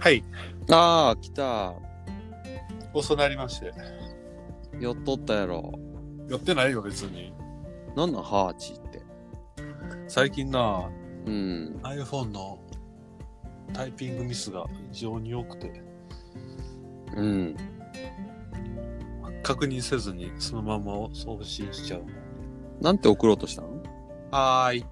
はい。 ああ、来た。 遅なりまして。 寄っとったやろ。 寄ってないよ、別に。 なんなん、ハーチって。 最近な、 うん。 iPhone のタイピングミスが異常に多くて、 うん。 確認せずにそのまま送信しちゃう。 なんて送ろうとしたん？ はーいって。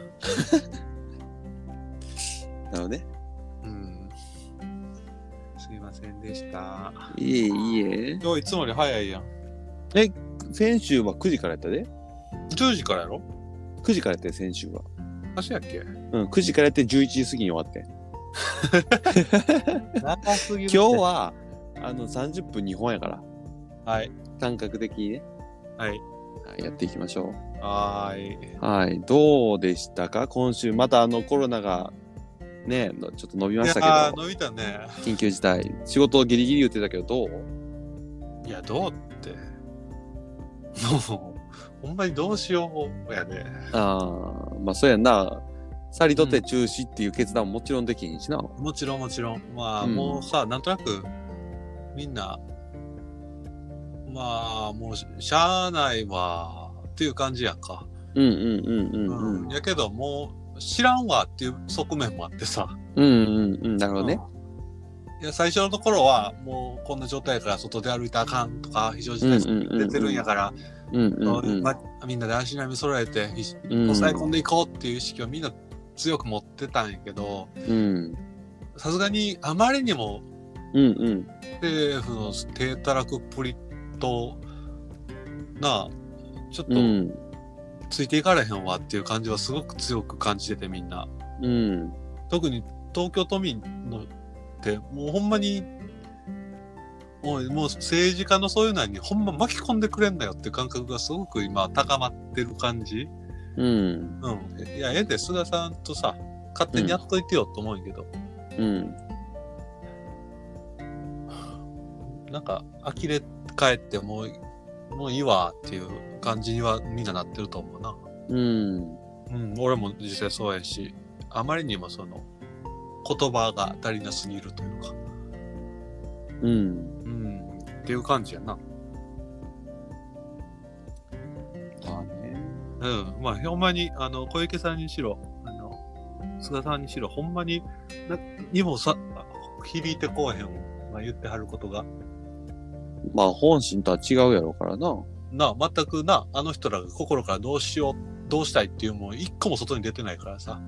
なるほどね。 うん。すいませんでした。 いえいえ。 今日いつもより早いやん。 先週は9時からやったで。 10時からやろ？ 9時からやって、先週は。 明日やっけ？ うん、9時からやって11時過ぎに終わって。 長すぎる。 今日は、30分2本やから。 はい。 感覚的にね。 はい。 はい、やっていきましょはーい。 う。はい。どうでしたか今週、またコロナが、ね、ちょっと伸びましたけど。 伸びたね。 緊急事態。仕事ギリギリ言ってたけど、どう？ いや、どうって。もう、ほんまにどうしようやね。 まあそうやんな。さりとて中止っていう決断ももちろんできんしな。 もちろんもちろん。まあ、もうさ、なんとなく、みんな、まあ、もう、しゃあないわ、っていう感じやんか。やけど、もう、知らんわっていう側面もあってさ。 なるほどね。 いや、最初のところは、もう、こんな状態やから外で歩いたらあかんとか、非常事態出てるんやから、みんなで足並み揃えて、抑え込んでいこうっていう意識をみんな強く持ってたんやけど、さすがにあまりにも、政府の手たらくっぷりと、ちょっと、ついていかれへんわっていう感じはすごく強く感じててみんな。特に東京都民のって、もうほんまに、もう政治家のそういうのにほんま巻き込んでくれんだよっていう感覚がすごく今高まってる感じ。いや、菅さんとさ、勝手にやっといてよと思うんやけど。なんか、呆れ返ってもういいわっていう感じにはみんななってると思うな。俺も実際そうやし、あまりにもその、言葉が足りなすぎるというか。っていう感じやな。まあ、ほんまに、小池さんにしろ、菅さんにしろ、ほんまに、にもさ、響いてこうへん、言ってはることが。 まあ、本心とは違うやろからな。 全くな、あの人らが心からどうしたいっていうもう一個も外に出てないからさ。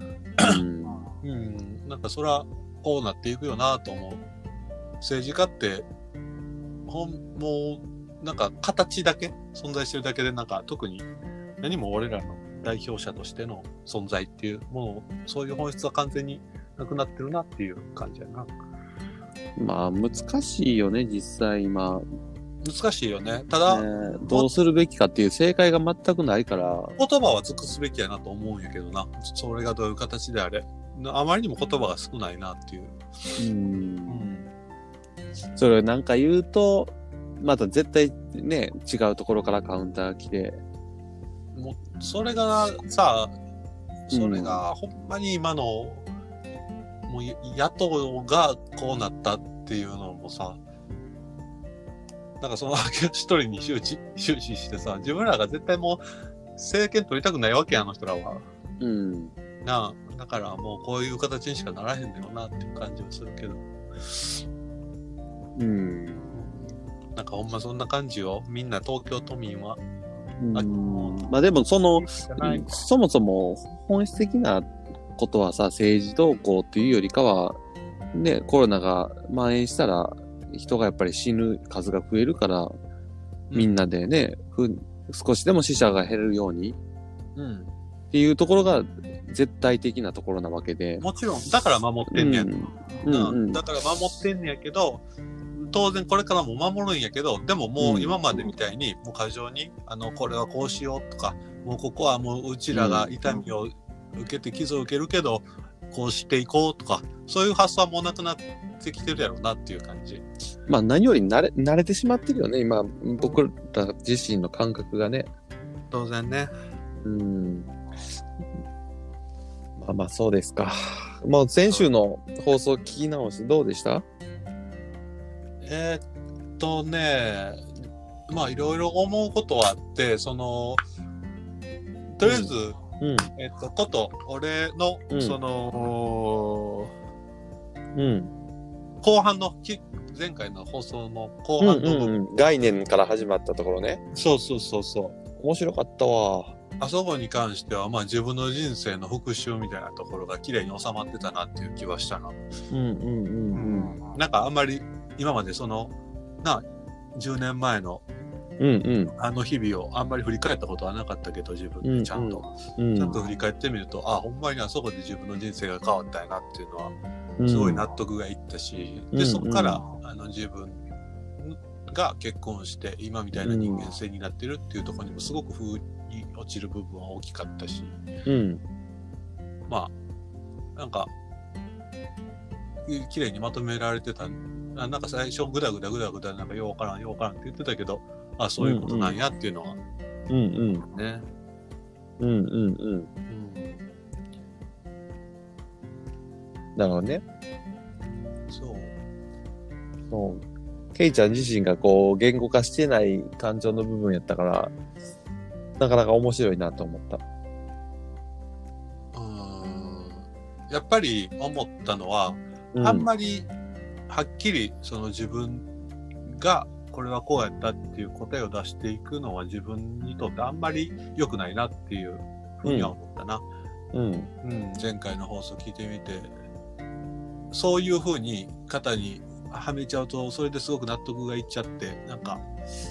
なんかそら、こうなっていくよなと思う。政治家って、もう、なんか形だけ存在してるだけで、なんか特に何も俺らの代表者としての存在っていうもの、そういう本質は完全になくなってるなっていう感じやな。 まあ、難しいよね、実際今。 難しいよね。ただ、 どうするべきかっていう正解が全くないから。 言葉は尽くすべきやなと思うんやけどな。それがどういう形であれ。あまりにも言葉が少ないなっていう。 それなんか言うと、また絶対ね、違うところからカウンター来て。 もう、それがさ、それがほんまに今の、もう野党がこうなったっていうのもさ、なんかその一人に終始してさ、自分らが絶対もう政権取りたくないわけや、あの人らは。だからもうこういう形にしかならへんだよなっていう感じはするけど。なんかほんまそんな感じよ。みんな東京都民は。 まあでもそもそも本質的なことはさ、政治動向っていうよりかは、ね、コロナが蔓延したら人がやっぱり死ぬ数が増えるから、みんなでね、少しでも死者が減るように、っていうところが絶対的なところなわけで。 もちろん、だから守ってんねん。だから守ってんねんやけど、当然これからも守るんやけど、でももう今までみたいに、もう過剰に、これはこうしようとか、もうここはもううちらが痛みを受けて傷を受けるけど、こうしていこうとか、そういう発想はもうなくなってきてるやろうなっていう感じ。 まあ何より慣れてしまってるよね、今、僕ら自身の感覚がね。 当然ね。 まあそうですか。 まあ、先週の放送聞き直してどうでした？ まあいろいろ思うことはあって、とりあえず、 うん。 俺の、 うんうん。 後半の、前回の放送の後半の部分、 概念から始まったところね。 そうそうそうそう。 面白かったわ。 あそこに関しては、まあ自分の人生の復習みたいなところが綺麗に収まってたなっていう気はしたな。なんかあんまり今まで10年前のあの日々をあんまり振り返ったことはなかったけど、自分でちゃんと振り返ってみると、ほんまにあそこで自分の人生が変わったんやなっていうのはすごい納得がいったし、でそこから自分が結婚して今みたいな人間性になってるっていうところにもすごく風に落ちる部分は大きかったし、まあなんか綺麗にまとめられてた。なんか最初グダグダなんかようわからんって言ってたけど、そういうことなんやっていうのはね。 なるほどね。 そう。 ケイちゃん自身がこう言語化してない感情の部分やったから、なかなか面白いなと思った。 やっぱり思ったのは、あんまりはっきりその自分がこれはこうやったっていう答えを出していくのは自分にとってあんまり良くないなっていうふうには思ったな。前回の放送聞いてみて、そういうふうに肩にはめちゃうとそれですごく納得がいっちゃって、なんか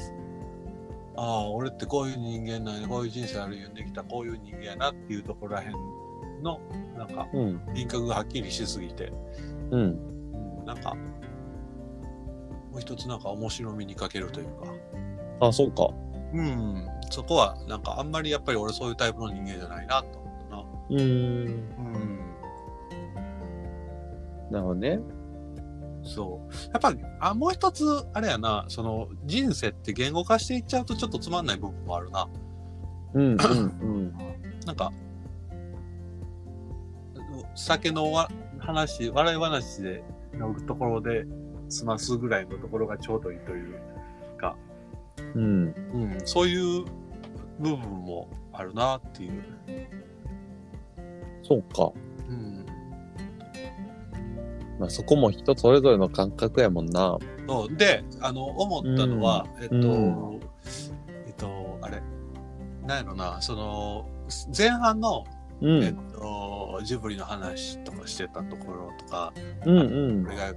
俺ってこういう人間なんや、こういう人生歩んできたこういう人間やなっていうところらへんのなんか輪郭がはっきりしすぎて、なんかもう一つなんか面白みに欠けるというか。 そうか。 そこはなんかあんまりやっぱり俺そういうタイプの人間じゃないなと思ったな。 なるほどね。 そう。やっぱもう一つあれやな、その人生って言語化していっちゃうとちょっとつまんない部分もあるな。なんか酒の話、笑い話でのところで済ますぐらいのところがちょうどいいというか、そういう部分もあるなっていう。 そうか。まあそこも人それぞれの感覚やもんな。 そうで、思ったのは、あれ、なんやろな、その前半のジブリの話とかしてたところとか、これが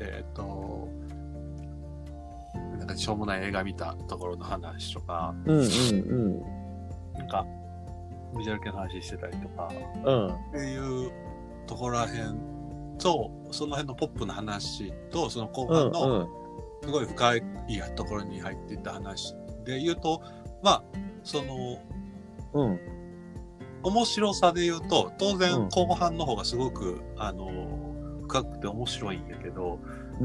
なんかしょうもない映画見たところの話とか、なんかビジュアル系の話してたりとか、っていうところらへんと、その辺のポップな話と、その後半のすごい深いところに入っていった話で言うと、まあその面白さで言うと、当然後半の方がすごく深くて面白いんやけど、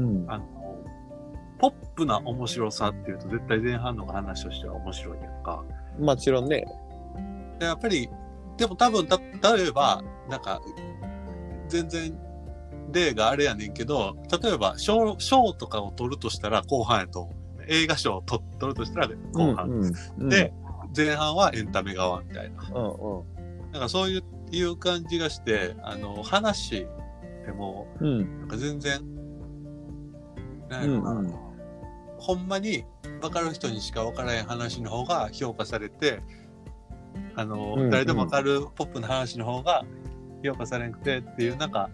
ポップな面白さっていうと絶対前半の話としては面白いやんか。 もちろんね。 でやっぱりでも多分例えばなんか全然例があれやねんけど、例えば賞とかを取るとしたら後半やと思う。映画賞を取るとしたら後半、で前半はエンタメ側みたいな。なんかそういう感じがして、話でも、なんか全然、ほんまに分かる人にしか分からない話の方が評価されて、誰でも分かるポップな話の方が評価されなくてっていう、なんか、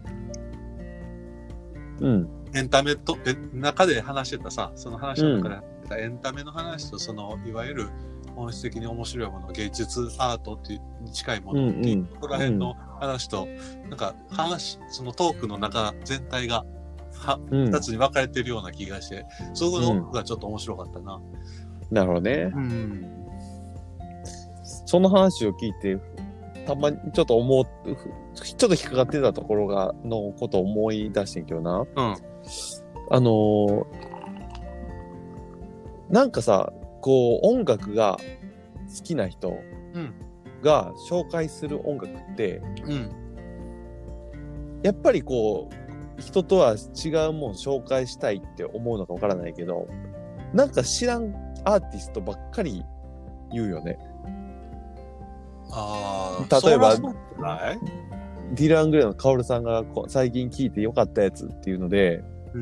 エンタメと中で話してたさ、その話の中で話してたエンタメの話と、そのいわゆる本質的に面白いもの、芸術アートっていうに近いものっていうところら辺の話と、なんかそのトークの中全体が2つに分かれてるような気がして、そういうのがちょっと面白かったな。 なるほどね。その話を聞いて、たまにちょっと引っかかってたところのことを思い出してんけどな。なんかさ、こう音楽が好きな人が紹介する音楽って、 やっぱりこう、人とは違うもん紹介したいって思うのかわからないけど、なんか知らんアーティストばっかり言うよね。 ああ、例えば、ディラン・グレイのカオルさんが最近聞いてよかったやつっていうので、 うん、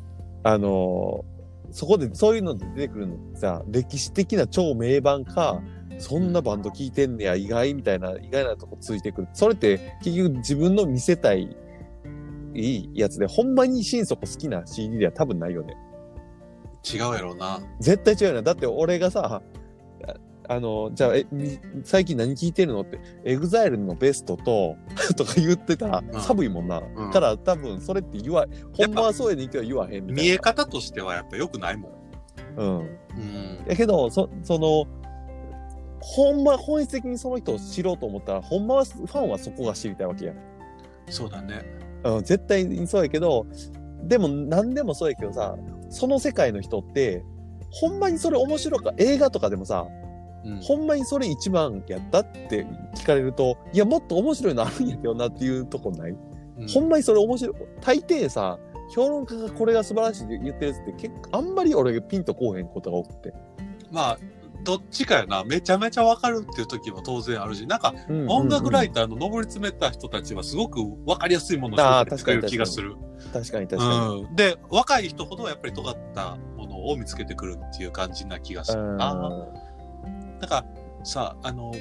そこでそういうので出てくるのってさ、歴史的な超名盤か、そんなバンド聞いてんねや、意外なとこついてくる。それって結局自分の見せたいいいやつで、ほんまに心底好きな CD では多分ないよね。 違うやろうな。 絶対違うよね。だって俺がさ、じゃあ、最近何聞いてるのって、EXILE のベストととか言ってたら、寒いもんな。から多分それってほんまはそうやねんけど言わへんみたいな。 見え方としてはやっぱ良くないもん。 うん。やけど、本質的にその人を知ろうと思ったら、ほんまはファンはそこが知りたいわけや。 そうだね。 絶対にそうやけど、でも何でもそうやけどさ、その世界の人って、ほんまにそれ面白か、映画とかでもさ、ほんまにそれ一番やったって聞かれると、いや、もっと面白いのあるんやけどなっていうとこない、ほんまにそれ面白い。大抵さ、評論家がこれが素晴らしいって言ってるやつって結構あんまり俺ピンとこうへんことが多くて。 まあ、どっちかやな。めちゃめちゃわかるっていう時も当然あるし、なんか、音楽ライターの上り詰めた人たちはすごくわかりやすいものをしてくれる気がする。 確かに。 で、若い人ほどやっぱり尖ったものを見つけてくるっていう感じな気がするな。だからさ、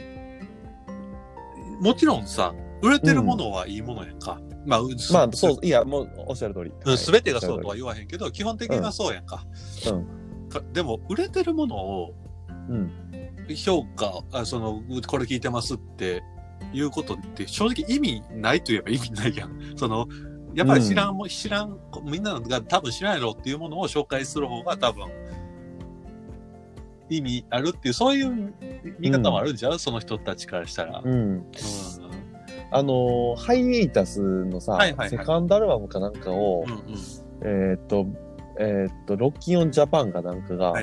もちろんさ、売れてるものはいいものやんか。まあ、 そう、いや、もうおっしゃる通り。 すべてがそうとは言わへんけど、基本的にはそうやんか。でも、売れてるものを、評価、これ聞いてますっていうことって正直意味ないと言えば意味ないやん。やっぱり知らん、みんなが多分知らんやろっていうものを紹介する方が多分意味あるっていう、そういう見方もあるんじゃう、その人たちからしたら。 ハイエイタスのさ、セカンドアルバムかなんかを、ロッキンオンジャパンかなんかが、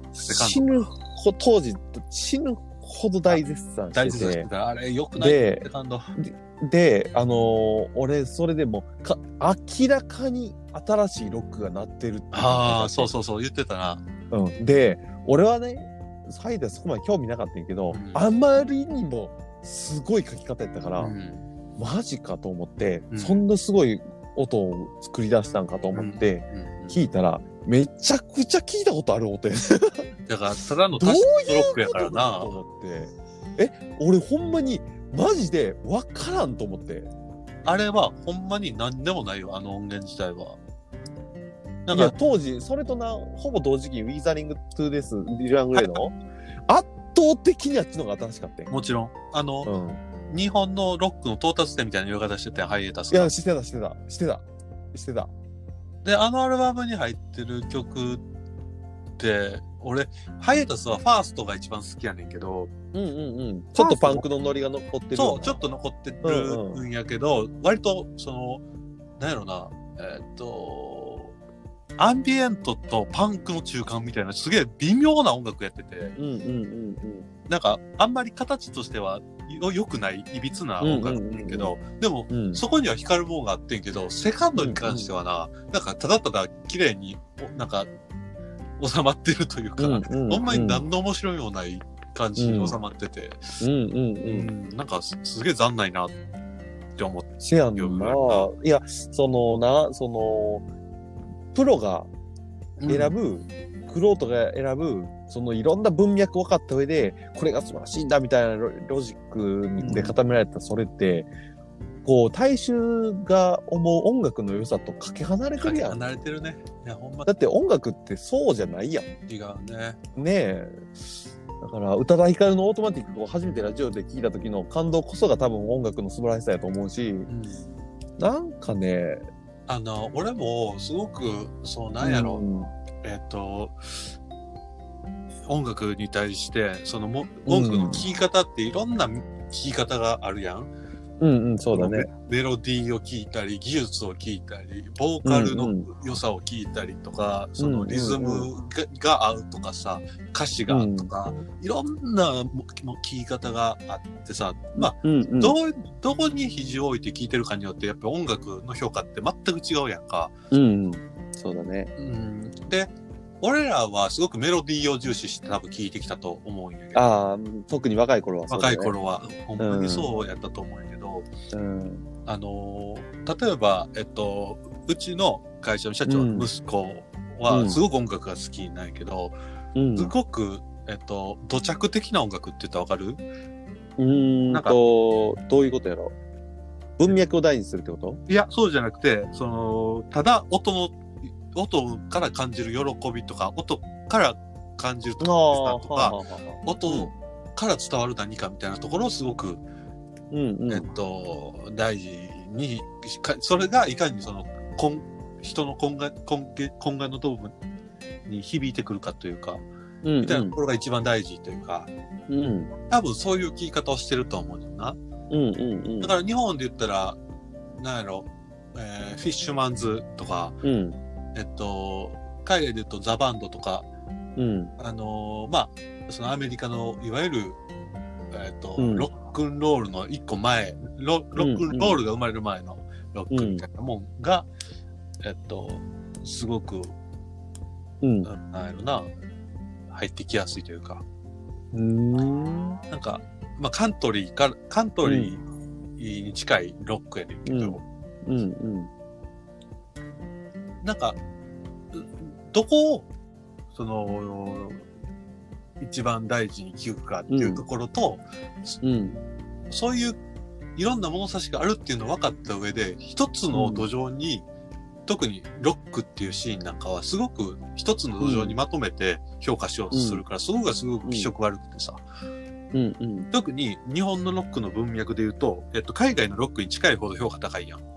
当時死ぬほど大絶賛してて、 あれ良くないセカンド。 で、俺、それでも明らかに新しいロックが鳴ってるって。 ああ、そう、言ってたな。 で、俺はね、ハイエイタスそこまで興味なかったんやけど、あまりにもすごい書き方やったから、マジかと思って、そんなすごい音を作り出したんかと思って、聞いたら、めちゃくちゃ聞いたことある音や。 だから、ただのタッチロックやからな。 と思って。俺ほんまに、マジでわからんと思って。 あれは、ほんまに何でもないよ、あの音源自体は。 いや、当時、それとほぼ同時期、ウィザリング・トゥ・デス、ディラン・グレイの、圧倒的にあっちの方が新しかったよ。 もちろん。日本のロックの到達点みたいな言い方してたよ、ハイエータス。 いや、してた。 で、あのアルバムに入ってる曲って、俺、ハイエータスはファーストが一番好きやねんけど、 ちょっとパンクのノリが残ってる。 そう、ちょっと残ってるんやけど、割と、なんやろな、アンビエントとパンクの中間みたいな、すげえ微妙な音楽やってて、なんか、あんまり形としては良くない、いびつな音楽だけど、でも、そこには光るものがあってんけど、セカンドに関してはなんか、ただただ綺麗に、なんか、収まってるというか、ほんまに何の面白いもない感じに収まってて、なんか、すげえ残ないなって思って。 せやんな。いや、プロが選ぶ、クロートが選ぶ、いろんな文脈分かった上で、これが素晴らしいんだみたいなロジックで固められたそれって、大衆が思う音楽の良さとかけ離れてるやん。 離れてるね。いや、ほんま。 だって音楽ってそうじゃないやん。 違うね。 ねえ。だから、宇多田ヒカルのオートマティックを初めてラジオで聞いた時の感動こそが多分音楽の素晴らしさやと思うし、なんかね、 俺もすごく、なんやろ、音楽に対して、音楽の聴き方っていろんな聴き方があるやん。 うんうん、そうだね。 メロディーを聞いたり、技術を聞いたり、ボーカルの良さを聞いたりとか、そのリズムが合うとかさ、歌詞がとか、いろんな聞き方があってさ、まあ、どこに肘を置いて聞いてるかによって、やっぱ音楽の評価って全く違うやんか。 そうだね。 で、俺らはすごくメロディーを重視して多分聴いてきたと思うんやけど。 ああ、特に若い頃はそうだね。若い頃は、ほんまにそうやったと思うんやけど、例えば、うちの会社の社長の息子はすごく音楽が好きなんやけど、すごく、土着的な音楽って言ったらわかる？ なんかどういうことやろ？文脈を大事にするってこと？ いや、そうじゃなくて、ただ音から感じる喜びとか、音から感じるとか、音から伝わる何かみたいなところをすごく、大事に、それがいかに人の根幹の部分に響いてくるかというか、みたいなところが一番大事というか、多分そういう聞き方をしてると思うんだよな。だから日本で言ったら、なんやろ、フィッシュマンズとか、海外で言うとザ・バンドとか、まあ、そのアメリカのいわゆる、ロックンロールの一個前、ロックンロールが生まれる前のロックみたいなもんが、すごく、なんやろな、入ってきやすいというか、なんか、まあ、カントリーに近いロックやねんけど、なんか、どこを、一番大事に聞くかっていうところと、そういういろんな物差しがあるっていうのを分かった上で、一つの土壌に、特にロックっていうシーンなんかはすごく一つの土壌にまとめて評価しようとするから、そこがすごく気色悪くてさ、特に日本のロックの文脈で言うと、海外のロックに近いほど評価高いやん。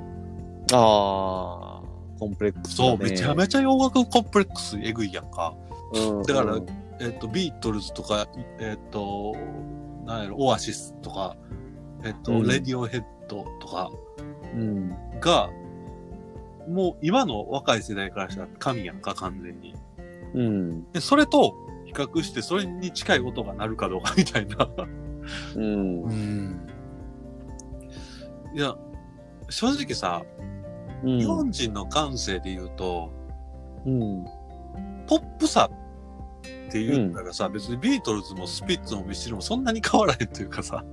コンプレックスだね。 そう、めちゃめちゃ洋楽コンプレックスえぐいやんか。だから、ビートルズとか、なんやろ、オアシスとか、レディオヘッドとかが、もう今の若い世代からしたら神やんか、完全に。で、それと比較して、それに近い音が鳴るかどうかみたいな。いや、正直さ、日本人の感性で言うと、ポップさって言ったらさ、別にビートルズもスピッツもミスチルもそんなに変わらへんというかさ、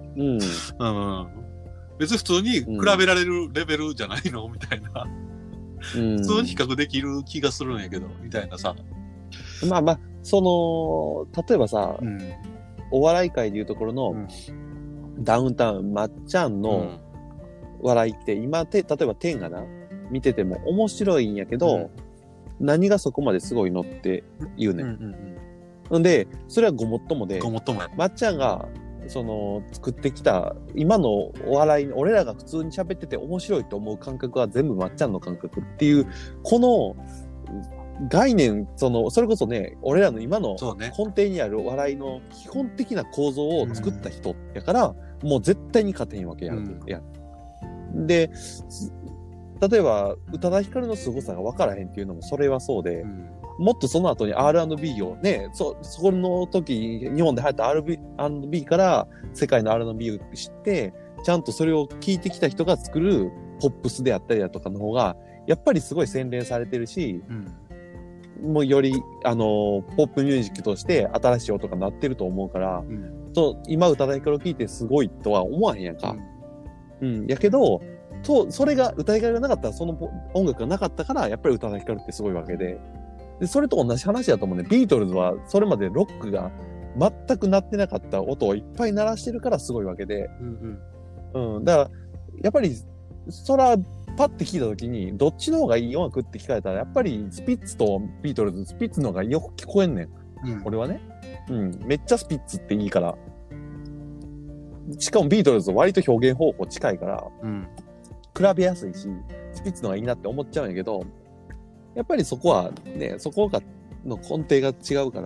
別に普通に比べられるレベルじゃないのみたいな、普通に比較できる気がするんやけど、みたいなさ。 まあまあ、例えばさ、お笑い界でいうところの、ダウンタウン、まっちゃんの笑いって、今、例えば天がな、見てても面白いんやけど、何がそこまですごいのって言うねん。んで、それはごもっともで、まっちゃんが、作ってきた、今のお笑い、俺らが普通に喋ってて面白いと思う感覚は全部まっちゃんの感覚っていう、この概念、それこそね、俺らの今の根底にある笑いの基本的な構造を作った人やから、もう絶対に勝てへんわけやん。で、例えば、宇多田ヒカルの凄さが分からへんっていうのもそれはそうで、もっとその後に R&B をね、そこの時、日本で流行った R&B から世界の R&B を知って、ちゃんとそれを聞いてきた人が作るポップスであったりだとかの方が、やっぱりすごい洗練されてるし、もうより、ポップミュージックとして新しい音が鳴ってると思うから、今宇多田ヒカルを聞いてすごいとは思わへんやんか。やけど、それが、宇多田ヒカルがなかったら、その音楽がなかったから、やっぱり宇多田ヒカルってすごいわけで、それと同じ話だと思うね。ビートルズは、それまでロックが全く鳴ってなかった音をいっぱい鳴らしてるからすごいわけで、だから、やっぱり、そら、パッて聞いたときに、どっちの方がいい音楽って聞かれたら、やっぱりスピッツとビートルズ、スピッツの方がよく聞こえんねん。俺はね。めっちゃスピッツっていいから。しかもビートルズ割と表現方法近いから、比べやすいし、スピッツの方がいいなって思っちゃうんやけど、やっぱりそこはね、そこが、の根底が違うから、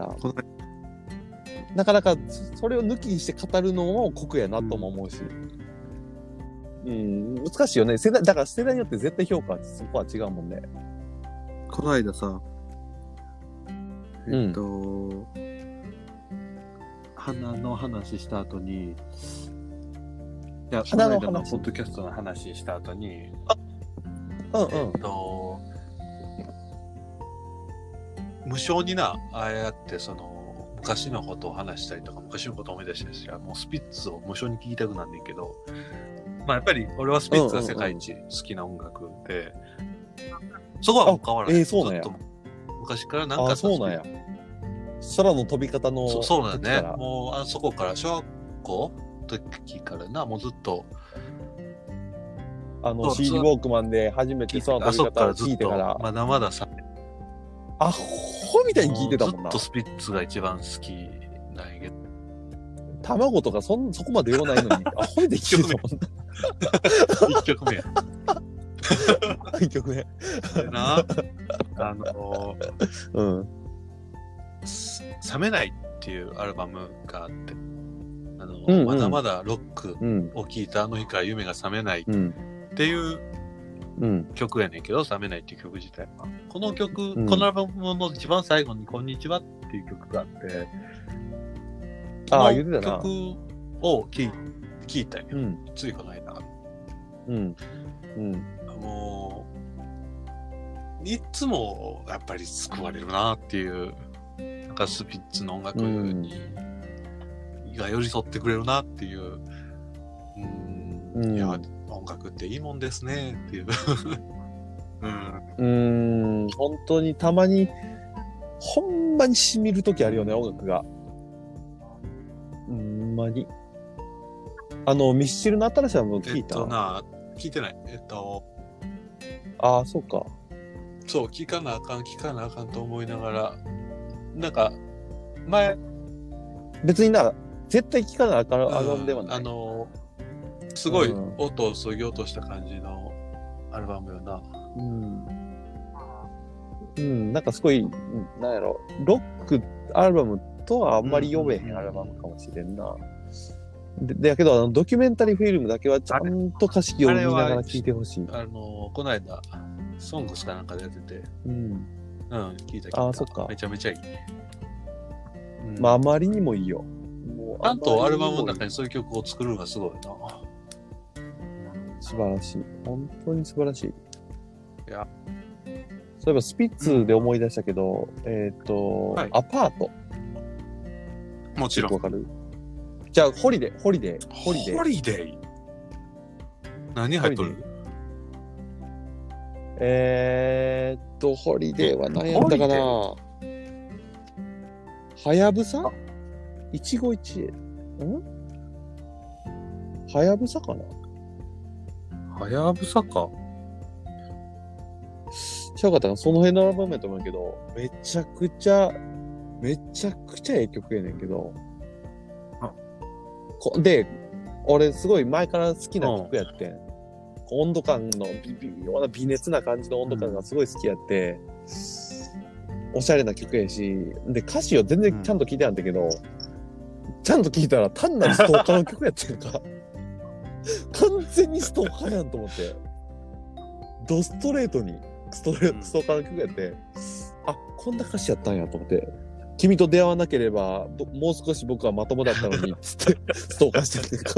なかなかそれを抜きにして語るのも酷やなとも思うし。 うん、難しいよね。だから世代によって絶対評価はそこは違うもんね。 この間さ、花の話した後に、いや、 花の話この間ポッドキャストの話した後に、無償にな、ああやってその、昔のことを話したりとか、昔のことを思い出したりしたら、もうスピッツを無償に聴きたくなんねんけど、まあやっぱり俺はスピッツが世界一好きな音楽で、そこはもう変わらない。 そうなんや。 ずっと昔からなんかそうなんや。空の飛び方のそうなんだね。もうそこから小学校の時からな、もうずっと CD ウォークマンで初めて空の飛び方を聞いてから、 まだまださ、 アホみたいに聞いてたもんな。 ずっとスピッツが一番好きなんやけど。 卵とかそこまで言わないのに、アホみたいに聞いてたもんな。 1曲目や。 1曲目。 でな、冷めないっていうアルバムがあって、まだまだロックを聴いたあの日から夢が覚めないっていう曲やねんけど、覚めないっていう曲自体は。この曲、このアルバムの一番最後にこんにちはっていう曲があって、 言ってたな。 曲を聴いたんよ。ついこの間。もう、いつもやっぱり救われるなっていう、なんかスピッツの音楽に、が寄り添ってくれるなっていう、いや、音楽っていいもんですねっていう。 本当にたまに、ほんまに染みるときあるよね、音楽が。ほんまに。ミスチルの新しいアルバム聞いた？ 聞いてない。 そうか。 そう、聞かなあかんと思いながら、なんか、前、 別に絶対聞かなあかんアルバムではない。 すごい音をそぎ落とした感じのアルバムよな。 なんかすごい、なんやろ、ロックアルバムとはあんまり呼べへんアルバムかもしれんな。だけど、ドキュメンタリーフィルムだけはちゃんと歌詞を見ながら聴いてほしい。 この間、ソングスかなんかでやってて、聞いた。 そっか。 めちゃめちゃいい。 あまりにもいいよ。 ちゃんとアルバムの中にそういう曲を作るのがすごいな。 素晴らしい。本当に素晴らしい。 いや。 そういえばスピッツで思い出したけど、アパート。 もちろん。 わかる？じゃあ、ホリデー。 ホリデー何入っとる？ ホリデーは何やったかな？はやぶさ？一期一会。はやぶさかな？ はやぶさか。 違うかったかその辺のアルバムやと思うけど、めちゃくちゃええ曲やねんけど。で、俺すごい前から好きな曲やってん。温度感の微妙な微熱な感じの温度感がすごい好きやって、おしゃれな曲やし、で、歌詞を全然ちゃんと聞いてなかったけど、ちゃんと聞いたら単なるストーカーの曲やってんか。完全にストーカーやんと思って。ドストレートにストーカーの曲やって、こんな歌詞やったんやと思って。君と出会わなければもう少し僕はまともだったのにつってストーカーしてるか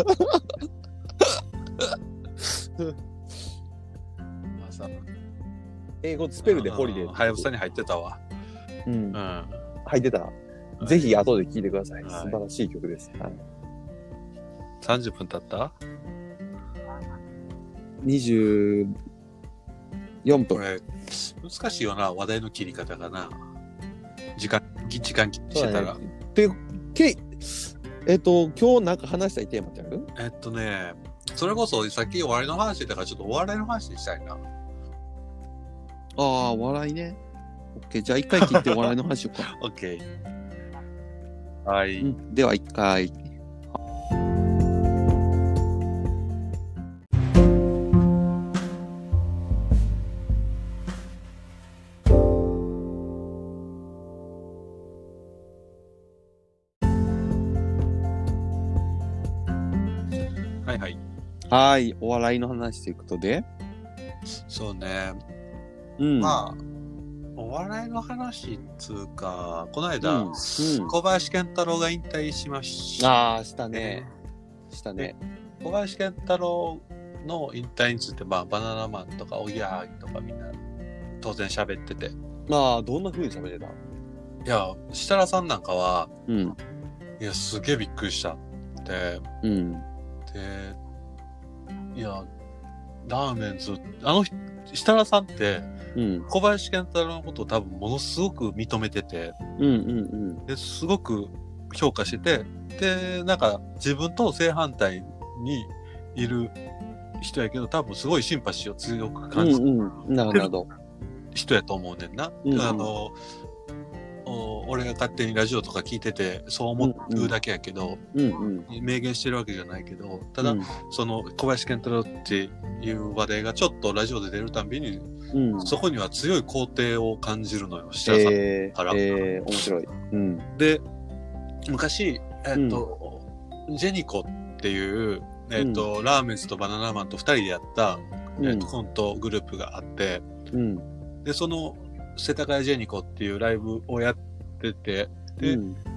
まあさ英語スペルでホリデーはやぶさに入ってたわ。 入ってた。ぜひ後で聴いてください。素晴らしい曲です。 30分経った？ 24分。 これ難しいよな、話題の切り方がな。時間してたら。 で、今日なんか話したいテーマってある？ それこそさっきお笑いの話してたからちょっとお笑いの話したいな。 笑いね。オッケー、じゃあ一回切ってお笑いの話しようか。 オッケー。はい。 では一回。 はい、お笑いの話していくとで。 そうね。 うん。 まあ、お笑いの話っつうか、この間、小林賢太郎が引退しました。 ああ、したね。したね。 小林賢太郎の引退について、まあ、バナナマンとか、おぎやはぎとかみんな、当然喋ってて。 まあ、どんな風に喋ってた？ いや、設楽さんなんかは、 うん。 いや、すげえびっくりしたって。 うん。 で、いや、ラーメンズ、設楽さんって、うん、小林賢太郎のことを多分ものすごく認めてて、ですごく評価してて、で、なんか自分と正反対にいる人やけど、多分すごいシンパシーを強く感じてる人やと思うねんな。俺が勝手にラジオとか聞いててそう思うだけやけど、明言してるわけじゃないけど、ただ、その小林賢太郎っていう話題がちょっとラジオで出るたんびに、そこには強い肯定を感じるのよ、設楽さんから。 面白い。 で、昔、ジェニコっていう、ラーメンズとバナナマンと2人でやった、コントグループがあって、で、その世田谷ジェニコっていうライブをやってて、で、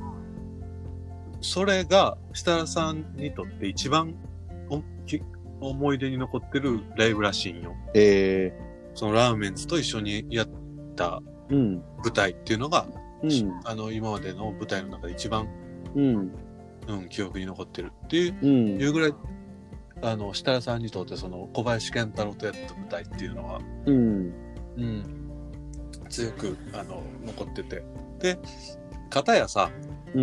それが設楽さんにとって一番思い出に残ってるライブらしいんよ。そのラーメンズと一緒にやった舞台っていうのが、今までの舞台の中で一番、記憶に残ってるっていうぐらい、設楽さんにとってその小林賢太郎とやった舞台っていうのは、強く残ってて、で片やさ、ラ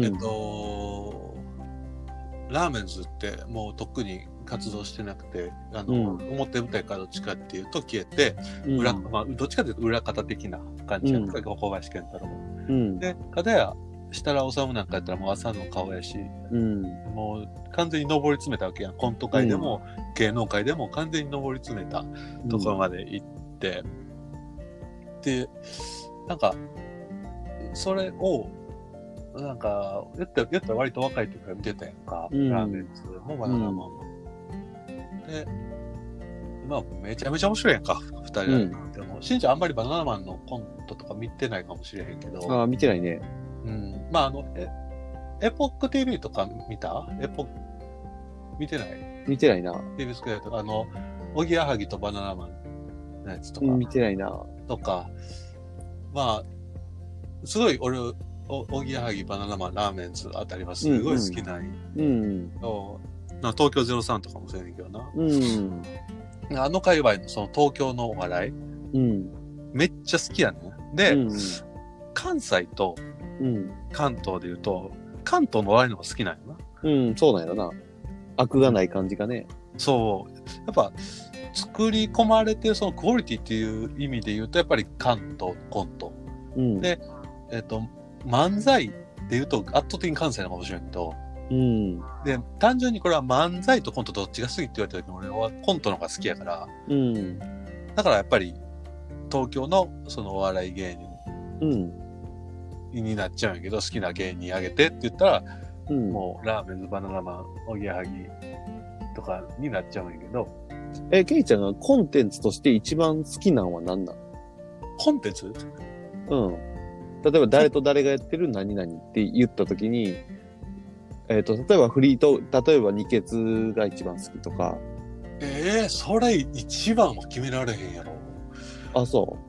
ーメンズってもうとっくに活動してなくて、表舞台からどっちかっていうと消えて、まあ、どっちかというと裏方的な感じやった、小林賢太郎も。で片や設楽統なんかやったらもう朝の顔やし、もう完全に上り詰めたわけやん。コント界でも、芸能界でも完全に上り詰めたところまで行って、でなんかそれをなんか言ったら割と若い時から見てたやんか、ラーメンズもバナナマンも。で、まあめちゃめちゃ面白いやんか、2人でも。しんちゃんあんまりバナナマンのコントとか見てないかもしれへんけど。 見てないね。 まあエポック TV とか見た？見てない？ 見てないな。 TV スクエアとか、おぎやはぎとバナナマンのやつとか。 見てないな。とか、まあ、すごい俺、おぎやはぎ、バナナマン、ラーメンズあたりはすごい好きなんよ。東京03とかもそうやねんけどな。あの界隈のその東京のお笑い、めっちゃ好きやねん。で、関西と関東で言うと、関東のお笑いの方が好きなんよな。そうなんやろな。悪がない感じがね。 そう。やっぱ、作り込まれてるそのクオリティっていう意味で言うと、やっぱり関東コント。で、漫才で言うと圧倒的に関西の方が面白いけど、で、単純にこれは漫才とコントどっちが好きって言われた時に俺はコントの方が好きやから、だからやっぱり東京のそのお笑い芸人になっちゃうんやけど、好きな芸人あげてって言ったら、もうラーメンズ、バナナマン、おぎやはぎとかになっちゃうんやけど。 ケイちゃんがコンテンツとして一番好きなのは何なの？ コンテンツ？ 例えば誰と誰がやってる何々って言ったときに、例えばフリートーク、例えば二血が一番好きとか。 それ一番は決められへんやろ。 あ、そう。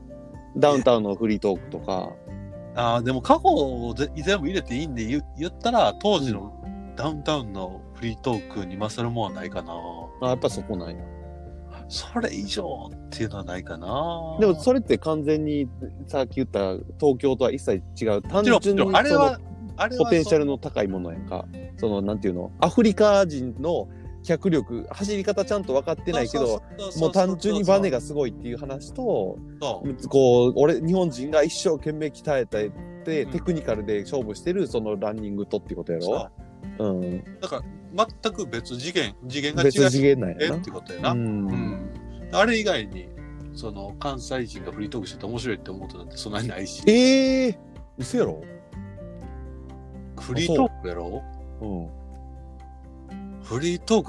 ダウンタウンのフリートークとか。 でも過去を全部入れていいんで言ったら、当時のダウンタウンのフリートークに勝るもんはないかな。 やっぱそこないな。 それ以上っていうのはないかな。 でもそれって完全にさっき言った東京とは一切違う。単純にあれはポテンシャルの高いものやんか。なんていうの？アフリカ人の脚力、走り方ちゃんと分かってないけど、もう単純にバネがすごいっていう話と、日本人が一生懸命鍛えたテクニカルで勝負してるそのランニングとっていうことやろ？ だから全く別次元が違う別次元なんやなってことやな。あれ以外にその関西人がフリートークしてて面白いって思うとなんてそんなにないし。 嘘やろ？ フリートークやろ？フリートークは絶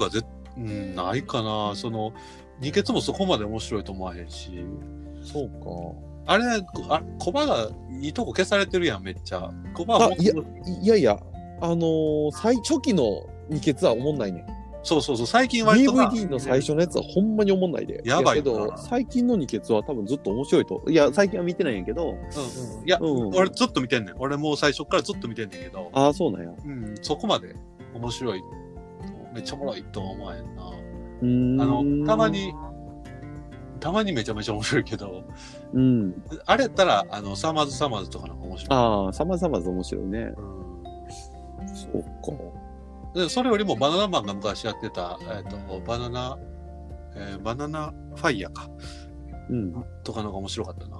ないかな。二血もそこまで面白いと思わへんし。 そうか。 コバがいいとこ消されてるやん、めっちゃ。コバいや、初期の二血はおもんないね。 そう、最近割と。 DVD の最初のやつはほんまにおもんないで。 やばいけど、最近の二血は多分ずっと面白いと。いや、最近は見てないんやけど。 いや、俺ずっと見てんねん。俺もう最初からずっと見てんねんけど。 ああ、そうなんや。 そこまで面白い。めっちゃおもろいとは思わへんな。たまにめちゃめちゃ面白いけど、あれやったら、サマーズとかの方が面白い。 ああ、サマーズ面白いね。そうか。 で、それよりもバナナマンが昔やってた、バナナファイヤーか。とかの方が面白かったな。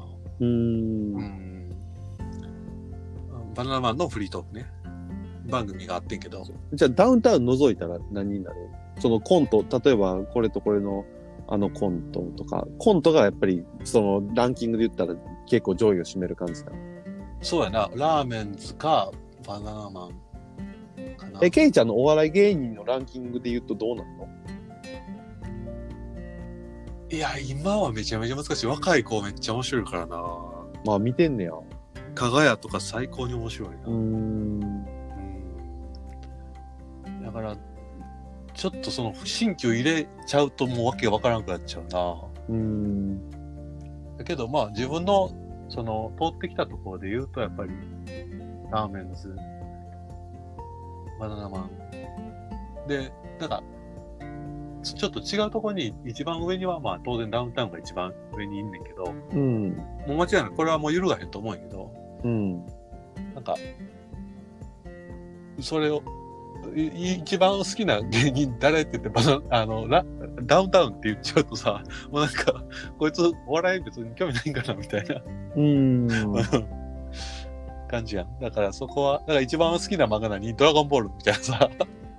バナナマンのフリートークね。番組があってんけど。 じゃあ、ダウンタウン除いたら何になる？そのコント、例えばこれとこれのコントとか、コントがやっぱりランキングで言ったら結構上位を占める感じだ。 そうやな。ラーメンズかバナナマンかな。 ケイちゃんのお笑い芸人のランキングで言うとどうなの？ いや、今はめちゃめちゃ難しい。若い子めっちゃ面白いからな。 まあ見てんねや。 かがやとか最高に面白いな。だから、ちょっと新旧入れちゃうともうわけわからなくなっちゃうな。だけどまあ自分の通ってきたところで言うとやっぱりラーメンズ、バナナマンで、なんかちょっと違うところに一番上にはまあ当然ダウンタウンが一番上にいんねんけど、もう間違いない。これはもう揺るがへんと思うんやけど、なんかそれを一番好きな芸人誰って言ってダウンタウンって言っちゃうとさ、もうなんかこいつお笑い別に興味ないんかなみたいな感じやん。だからそこはだから一番好きな漫画何？ドラゴンボールみたいなさ。だ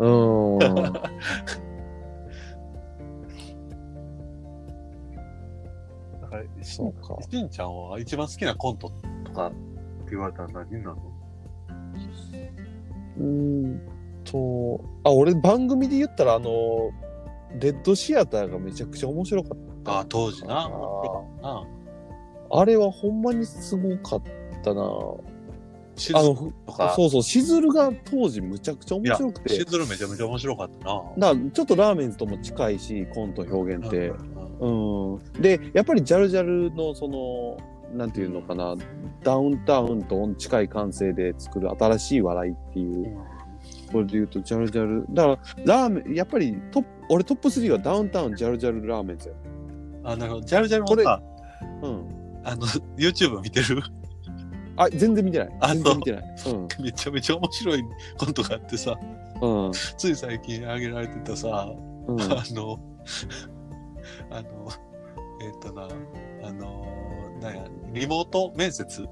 からそうか。しんちゃんは一番好きなコントとかって言われたら何になるの？ 俺番組で言ったらレッドシアターがめちゃくちゃ面白かった。 当時な。 あれはほんまにすごかったな。 しずるとか。 そう、しずるが当時むちゃくちゃ面白くて。 しずるめちゃめちゃ面白かったな。 だからちょっとラーメンズとも近いし、コント表現って。で、やっぱりジャルジャルのなんていうのかな、ダウンタウンと近い感性で作る新しい笑いっていう。これで言うと、ジャルジャル。だから、ラーメン、やっぱり俺トップ3はダウンタウン、ジャルジャル、ラーメンズよ。 なるほど。ジャルジャルもさ、YouTube 見てる？ 全然見てない。全然見てない。 めちゃめちゃ面白いコントがあってさ、つい最近上げられてたさ、なんや、リモート面接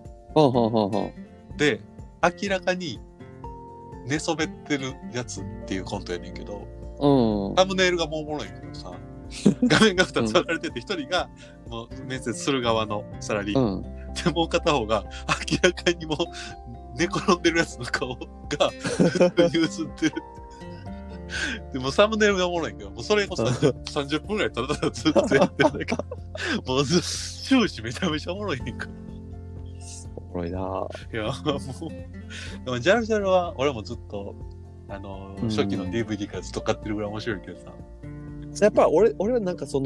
で、明らかに寝そべってるやつっていうコントやねんけど、サムネイルがもうおもろいけどさ、画面が2つ分かれてて、1人がもう面接する側のサラリーマン、でもう片方が明らかにもう寝転んでるやつの顔が揺すってる。でもサムネイルがおもろいけど、もうそれこそ30分ぐらいただただずっとやってるだけ。もう終始めちゃめちゃおもろいねんか。 おもろいな。 いや、もう、でもジャルジャルは俺もずっと、初期の DVD からずっと買ってるぐらい面白いけどさ。 やっぱ俺はなんか新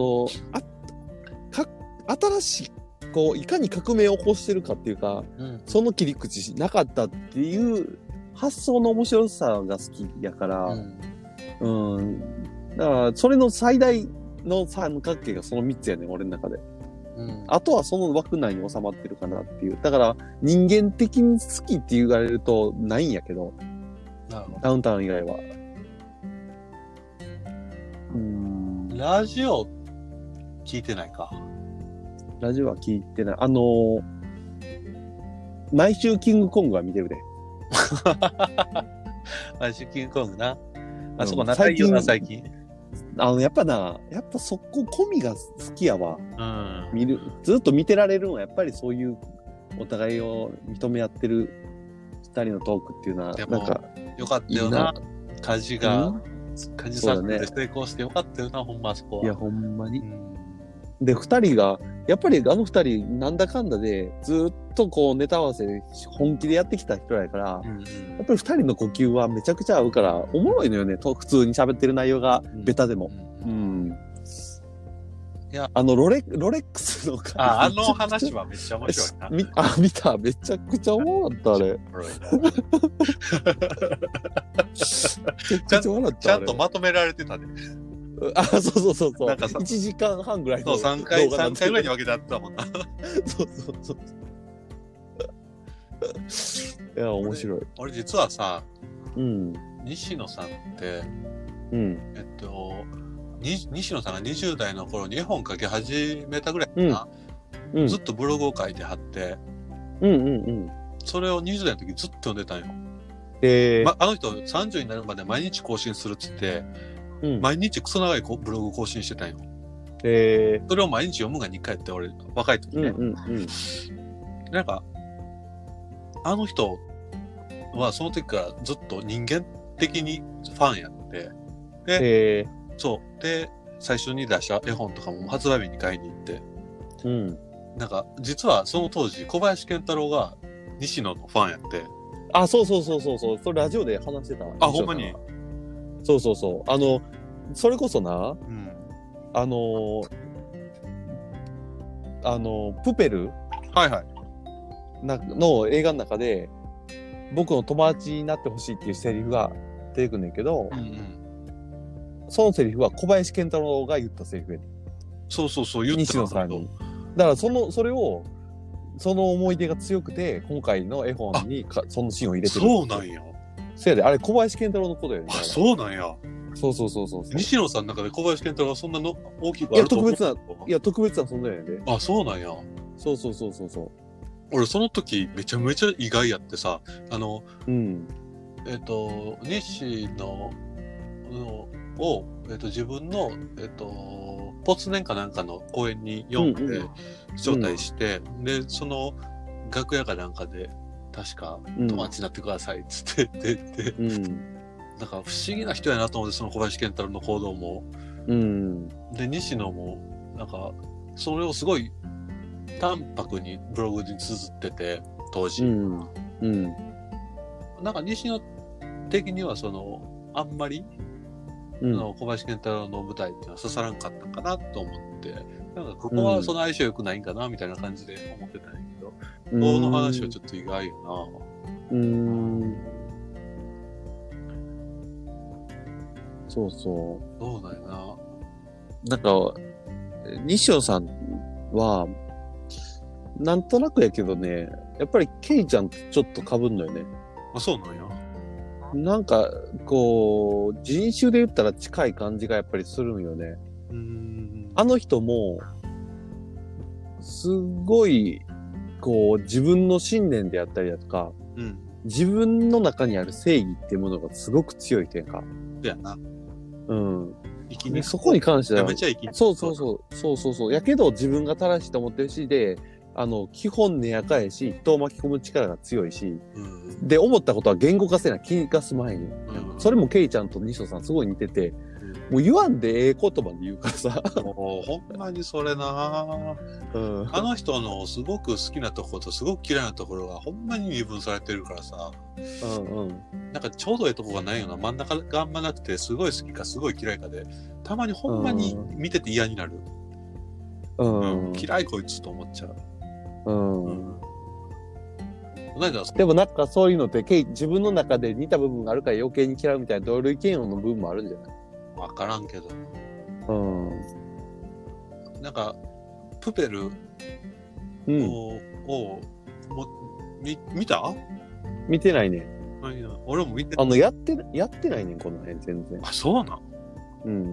しい、いかに革命を起こしてるかっていうか、その切り口なかったっていう発想の面白さが好きやから、だからそれの最大の三角形がその3つやねん、俺の中で。あとはその枠内に収まってるかなっていう。だから人間的に好きって言われるとないんやけど、ダウンタウン以外は。 ラジオ聞いてないか。 ラジオは聞いてない。毎週キングコングは見てるで。 毎週キングコングな。あそこ仲いいよな、最近。 やっぱそこ込みが好きやわ。ずっと見てられるのはやっぱりそういうお互いを認め合ってる二人のトークっていうのはなんかよかったよな。家事がカジサックで成功してよかったよな、ほんまあそこは。 いや、ほんまに。で、二人が、やっぱりあの二人、なんだかんだで、ずっとこう、ネタ合わせ本気でやってきた人やから、やっぱり二人の呼吸はめちゃくちゃ合うから、おもろいのよね、普通に喋ってる内容が、ベタでも。いや、ロレックスのあの話はめっちゃ面白いな。 見た。めちゃくちゃおもろかった、あれ。 ちゃんとまとめられてたね。 そう。1時間半ぐらいの。そう、3回ぐらいに分けてあったもんな。 そう。いや、面白い。 俺実はさ、西野さんって、西野さんが20代の頃に絵本書き始めたぐらいかな、ずっとブログを書いてはって、それを20代の時ずっと読んでたんよ。あの人30になるまで毎日更新するっつって、毎日クソ長いブログ更新してたんよ。それを毎日読むが2回って俺若い時ね。なんかあの人はその時からずっと人間的にファンやって、で、そうで最初に出した絵本とかも発売日に買いに行って、なんか実はその当時小林賢太郎が西野のファンやって。 あ、そう。それラジオで話してたわ。 あ、ほんまに。 そう。それこそな、プペルの映画の中で、僕の友達になってほしいっていうセリフが出てくるんだけど、そのセリフは小林賢太郎が言ったセリフやね。 そう、言ってた。 西野さんに。だからその思い出が強くて、今回の絵本にそのシーンを入れてる。 そうなんや。 そうやで、あれ小林賢太郎のことよね。 あ、そうなんや。 そう。 西野さんの中で小林賢太郎はそんなの大きくあると思う。特別な存在やね。 あ、そうなんや。 そう。 俺その時めちゃめちゃ意外やってさ、西野を、自分の、没年かなんかの公演に読んで招待して、で、その楽屋かなんかで確か友達になってくださいっつって出て、なんか不思議な人やなと思って、その小林賢太郎の行動も。で、西野も、なんか、それをすごい淡白にブログに綴ってて、当時。なんか西野的にはあんまり、小林賢太郎の舞台っていうのは刺さらんかったかなと思って、なんかここはその相性良くないんかなみたいな感じで思ってたんやけど、この話はちょっと意外よな。そう。そうだよな。 なんか、西野さんは、なんとなくやけどね、やっぱりケイちゃんとちょっと被んのよね。 あ、そうなんや。 なんか、こう、人種で言ったら近い感じがやっぱりするんよね。あの人も、すごい、こう、自分の信念であったりだとか、自分の中にある正義っていうものがすごく強い点か。 そうやな。 そこに関しては、 めちゃ生きそう。やけど自分が正しいと思ってるし、で、基本根やかやし、人を巻き込む力が強いし、で、思ったことは言語化せな気がすまへんよ。それもケイちゃんと西野さんすごい似てて、もう言わんでええ言葉で言うからさ。 もうほんまにそれな、あの人のすごく好きなところとすごく嫌いなところがほんまに二分されてるからさ。なんかちょうどええとこがないよな。真ん中があんまなくて、すごい好きかすごい嫌いかで、たまにほんまに見てて嫌になる。嫌いこいつと思っちゃう。 でもなんかそういうのって自分の中で似た部分があるから余計に嫌うみたいな同類嫌悪の部分もあるんじゃない？ わからんけど。なんかプペルを見た？ 見てないね。 俺も見てない。 やってないねんこの辺全然。 あ、そうなん？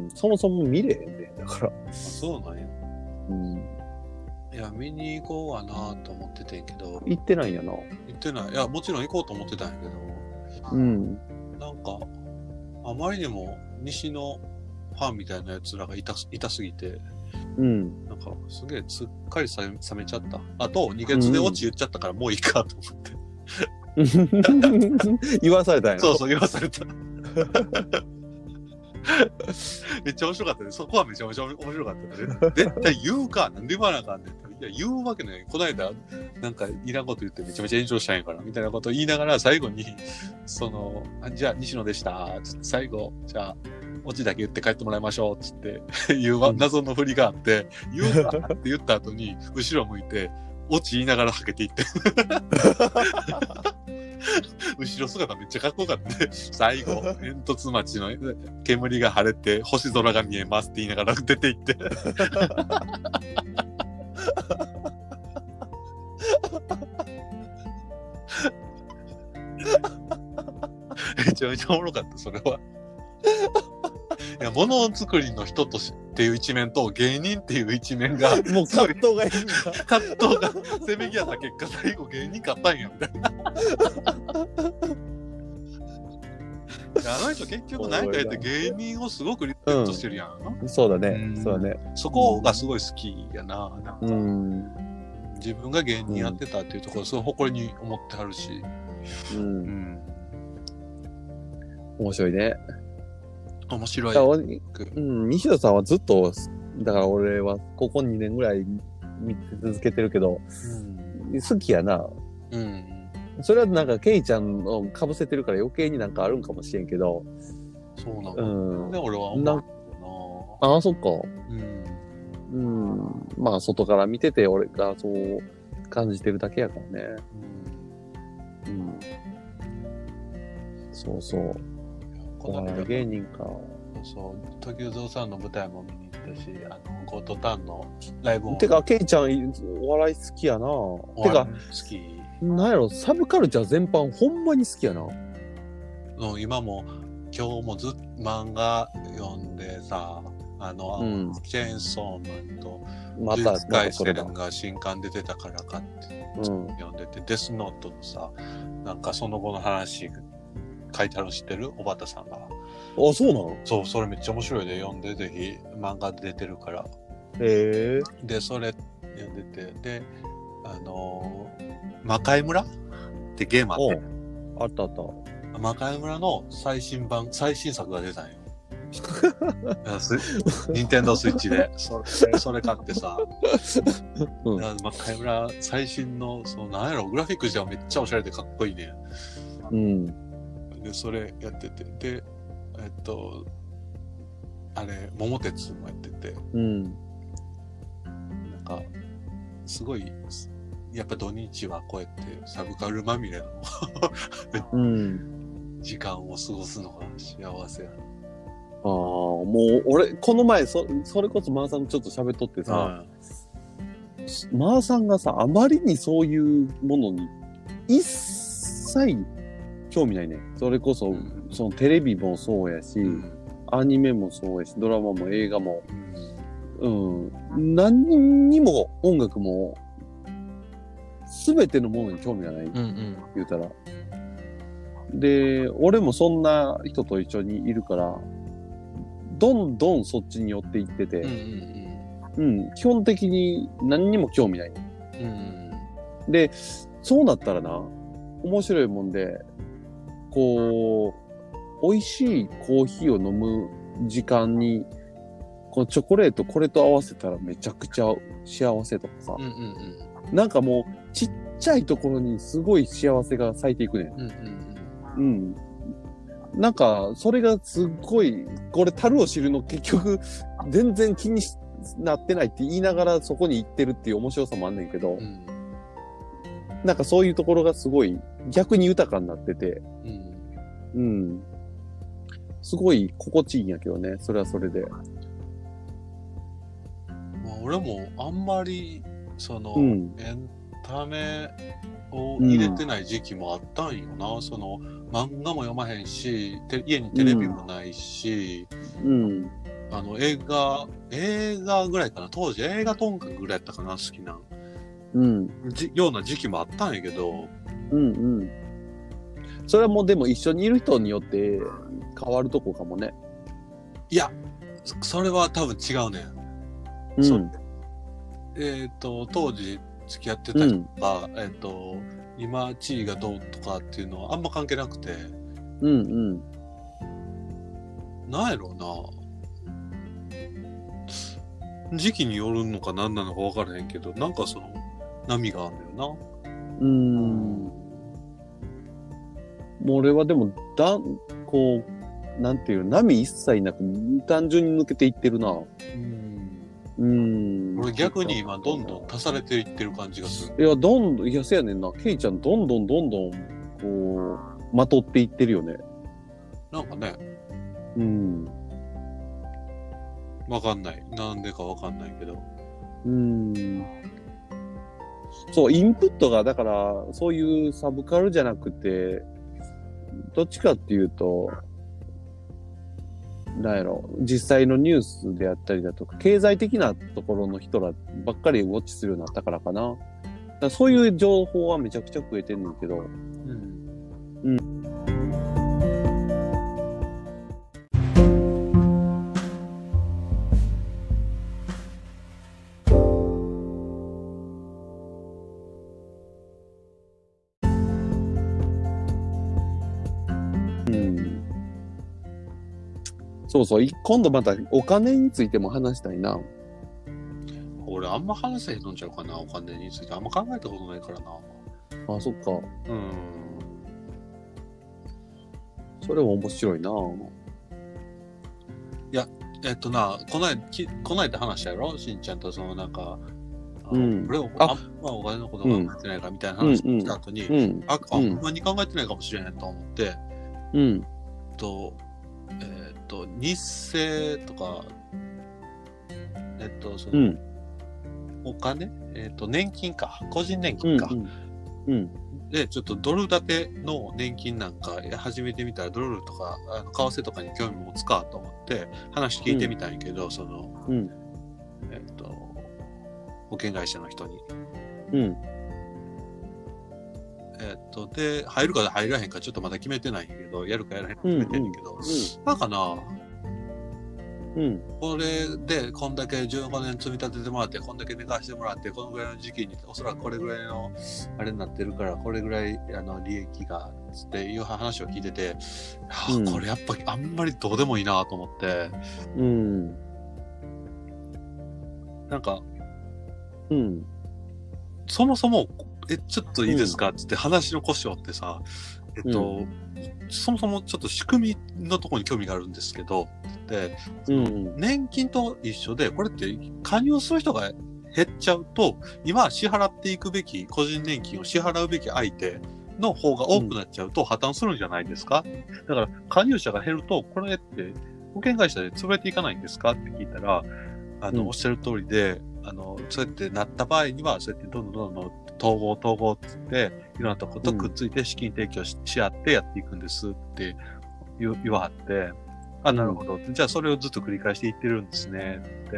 そもそも見れへんねんだから。 あ、そうなんや。いや、見に行こうかなと思っててんけど。 行ってないんやな。 行ってない。いや、もちろん行こうと思ってたんやけど。なんか、あまりにも西のファンみたいなやつらがいたすぎて、なんか、すげえすっかり冷めちゃった。あと、2月でオチ言っちゃったからもういいかと思って。 言わされたんや。 そう、言わされた。 めっちゃ面白かったね。そこはめちゃめちゃ面白かったね。絶対言うか。なんで言わなあかんねん。いや、言うわけない。こないだ、なんか、いらんこと言ってめちゃめちゃ炎上したんやから、みたいなことを言いながら、最後に、じゃあ、西野でした。最後、じゃあ、オチだけ言って帰ってもらいましょう。つって、いう謎の振りがあって、言うかって言った後に、後ろ向いて、オチ言いながらはけていって。後ろ姿めっちゃかっこよかったね。最後、煙突町の煙が晴れて星空が見えますって言いながら出て行って。めちゃめちゃおもろかった、それは。いや、ものづくりの人とっていう一面と芸人っていう一面が、 もう葛藤がいいんだ。 葛藤がせめぎ合った結果、最後芸人勝ったんや、みたいな。あの人結局何か言って芸人をすごくリスペクトしてるやん。 そうだね。そうだね。 そこがすごい好きやな。自分が芸人やってたっていうところ、すごい誇りに思ってはるし。 面白いね。 面白い。 西野さんはずっと、だから俺はここ2年ぐらい見続けてるけど、好きやな。それはなんかケイちゃんを被せてるから余計になんかあるんかもしれんけど。 そうなの。で、俺は思うな。 ああ、そっか。まあ外から見てて俺がそう感じてるだけやからね。そうそう。お笑い芸人か。 そう、時生三さんの舞台も見に行ったし、ゴートタンのライブも。 てか、ケイちゃんお笑い好きやな。てか、 好き。 なんやろ、サブカルチャー全般ほんまに好きやな。 今も、今日も漫画読んでさ、チェーンソーマンと、 また回戦が新刊で出たからかって、読んでて、デスノートのさ、なんかその後の話書いてあるの知ってる？小畑さんが。 あ、そうなの？ そう、それめっちゃ面白いで、読んで、ぜひ、漫画で出てるから。 へで、それ読んでて、で、魔界村ってゲームあって。 あったあった。 魔界村の最新作が出たんよ。任天堂スイッチで。それ買ってさ。魔界村最新の、なんやろ、グラフィックじゃめっちゃおしゃれでかっこいいね。で、それやってて。で、あれ、桃鉄もやってて。なんか、すごい、やっぱ土日はこうやってサブカルまみれの時間を過ごすのが幸せやな。 もう俺、この前、それこそマーさんちょっと喋っとってさ、マーさんがさ、あまりにそういうものに一切興味ないね。それこそ、そのテレビもそうやし、アニメもそうやし、ドラマも映画も、何にも音楽も、すべてのものに興味がない、言うたら。で、俺もそんな人と一緒にいるから、どんどんそっちに寄っていってて、基本的に何にも興味ない。で、そうなったらな、面白いもんで、こう、美味しいコーヒーを飲む時間に、このチョコレートこれと合わせたらめちゃくちゃ幸せとかさ、なんかもうちっちゃいところにすごい幸せが咲いていくね。なんか、それがすっごい、これ、樽を知るの結局、全然気になってないって言いながらそこに行ってるっていう面白さもあんねんけど、なんかそういうところがすごい逆に豊かになってて、すごい心地いいんやけどね、それはそれで。 俺もあんまり、エンタメを入れてない時期もあったんよな。漫画も読まへんし、家にテレビもないし、映画ぐらいかな。当時映画トンカぐらいやったかな、好きな。ような時期もあったんやけど。 それはもうでも一緒にいる人によって変わるとこかもね。 いや、それは多分違うねん。当時付き合ってた人が、今地位がどうとかっていうのはあんま関係なくて、 なんやろうな。時期によるのか何なのか分からへんけど、なんかその波があるんだよもう俺はでも、こう、なんていう、波一切なく、単純に抜けていってるな。 俺逆に今どんどん足されていってる感じがする。 いや、いや、せやねんな。ケイちゃん、どんどん、こう、まとっていってるよね。 なんかね。わかんない。なんでかわかんないけど。 そう、インプットが、だから、そういうサブカルじゃなくて、どっちかっていうと、なんやろ、実際のニュースであったりだとか、経済的なところの人らばっかりウォッチするようになったからかな。だからそういう情報はめちゃくちゃ増えてんねんけど。そうそう、今度またお金についても話したいな。 俺あんま話せへんのんちゃうかな、お金について。あんま考えたことないからな。 あ、そっか。それも面白いな。 いや、この間話したやろ、しんちゃんとそのなんか、俺もあんまお金のこと考えてないからみたいな話した後に、ほんまに考えてないかもしれへんと思って、日生とか、その、お金年金か。個人年金か。で、ちょっとドル建ての年金なんか始めてみたら、ドルとか、為替とかに興味持つかと思って、話聞いてみたんやけど、その、保険会社の人に。で、入るか入らへんかちょっとまだ決めてないんやけど、やるかやらへんか決めてんやけど、なんかな、これでこんだけ15年積み立ててもらって、こんだけ寝かしてもらって、このぐらいの時期におそらくこれぐらいのあれになってるから、これぐらい利益がっていう話を聞いてて、これやっぱあんまりどうでもいいなと思って、なんか、そもそもちょっといいですかって話の腰をってさ、そもそもちょっと仕組みのところに興味があるんですけど、で、年金と一緒で、これって加入する人が減っちゃうと、今支払っていくべき、個人年金を支払うべき相手の方が多くなっちゃうと破綻するんじゃないですか？だから加入者が減ると、これって保険会社で潰れていかないんですかって聞いたら、おっしゃる通りで、そうやってなった場合には、そうやってどんどん統合って言って、いろんなとことくっついて資金提供 し合ってやっていくんですって言わはって、なるほど。じゃあそれをずっと繰り返していってるんですねって。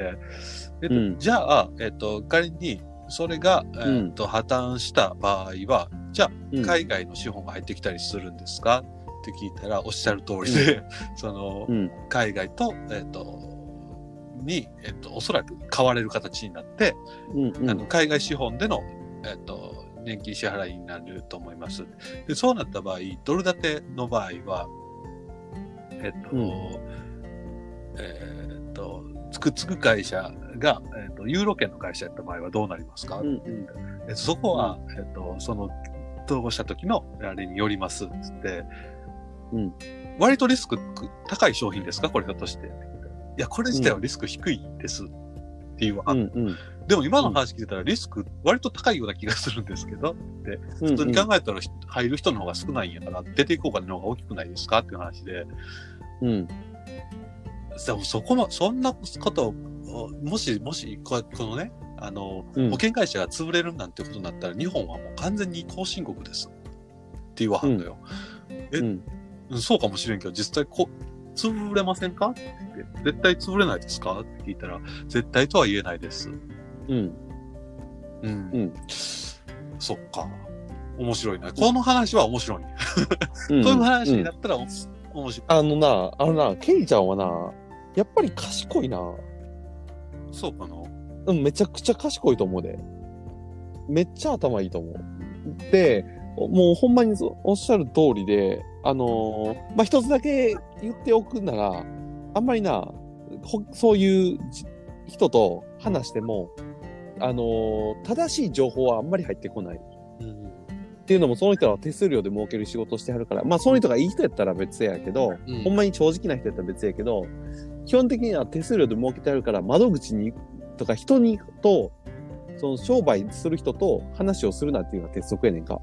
じゃあ、仮にそれが、破綻した場合は、じゃあ海外の資本が入ってきたりするんですかって聞いたら、おっしゃる通りで、その、海外と、おそらく買われる形になって、海外資本での、年金支払いになると思います。で、そうなった場合、ドル建ての場合は、くっつく会社が、ユーロ圏の会社やった場合はどうなりますか？そこは、その、統合した時のあれによりますっつって、割とリスク高い商品ですか？これひょっとして。いや、これ自体はリスク低いですっていうわ。でも今の話聞いてたらリスク割と高いような気がするんですけど、って普通に考えたら入る人の方が少ないんやから、出ていくお金の方が大きくないですかっていう話で。そんなことを、もし、このね、保険会社が潰れるなんてことになったら、日本はもう完全に後進国です。って言わはんのよ。そうかもしれんけど、実際潰れませんかって言って、絶対潰れないですかって聞いたら、絶対とは言えないです。そっか。面白いな。この話は面白い。こういう話になったら面白い。 ケイちゃんはな、やっぱり賢いな。 そうかな？めちゃくちゃ賢いと思うで。めっちゃ頭いいと思う。で、もうほんまにおっしゃる通りで、一つだけ言っておくなら、 あんまりな、そういう人と話しても、正しい情報はあんまり入ってこない。っていうのも、その人は手数料で儲ける仕事をしてはるから、まあ、その人がいい人やったら別やけど、ほんまに正直な人やったら別やけど、基本的には手数料で儲けてはるから、窓口に、とか人にと、その商売する人と話をするなっていうのが鉄則やねんか。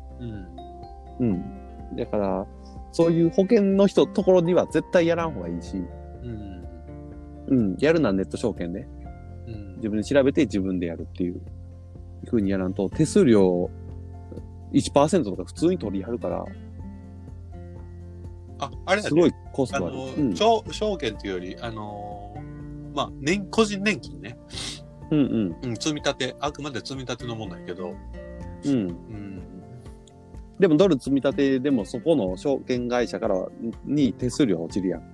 だから、そういう保険の人ところには絶対やらん方がいいし、やるならネット証券で、自分で調べて自分でやるっていう風にやらんと、手数料 1% とか普通に取りはるから、 あれすごいコストある。 証券っていうより、まあ、個人年金ね。積み立て、あくまで積み立てのもんだけど。でもドル積み立てでもそこの証券会社からに手数料落ちるやん。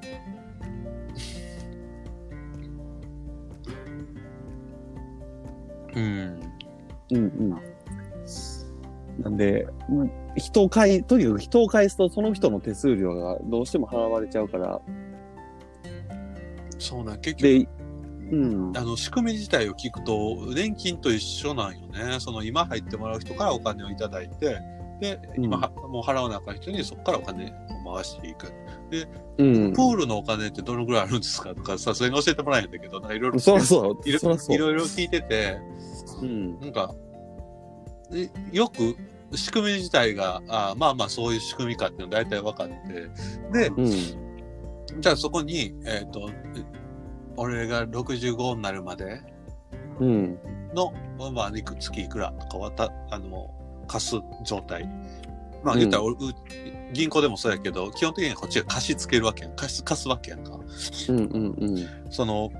なんで、とにかく人を返すとその人の手数料がどうしても払われちゃうから。そうなん、結局。仕組み自体を聞くと、年金と一緒なんよね。その今入ってもらう人からお金をいただいて、で、今もう払わなあかん人にそこからお金を回していく。で、プールのお金ってどのぐらいあるんですかとか、さすがに教えてもらえんだけど、いろいろいろいろ聞いてて、なんか、よく仕組み自体が、まあまあそういう仕組みかっていうの大体分かって、で、じゃあそこに、俺が65になるまでの、まあ、月いくらとかは貸す状態。まあ言ったら、銀行でもそうやけど、基本的にはこっちが貸し付けるわけやん。貸すわけやんか。その、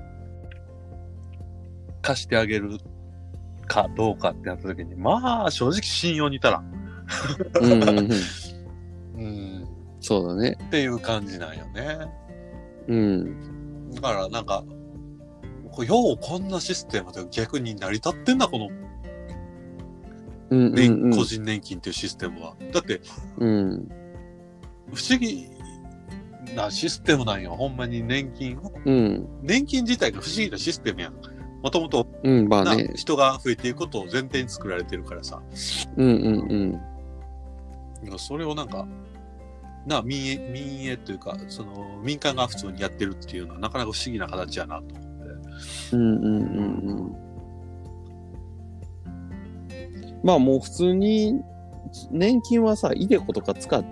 貸してあげるかどうかってなった時に、まあ正直信用に足らん。 そうだね。 っていう感じなんよね。だからなんか、ようこんなシステムで逆に成り立ってんだ、この、個人年金っていうシステムは。だって、不思議なシステムなんよ、ほんまに年金。年金自体が不思議なシステムやん。もともと、人が増えていくことを前提に作られてるからさ。それをなんか、民営というか、その民間が普通にやってるっていうのはなかなか不思議な形やなと思って。 まあもう普通に年金はさ、イデコとか使って、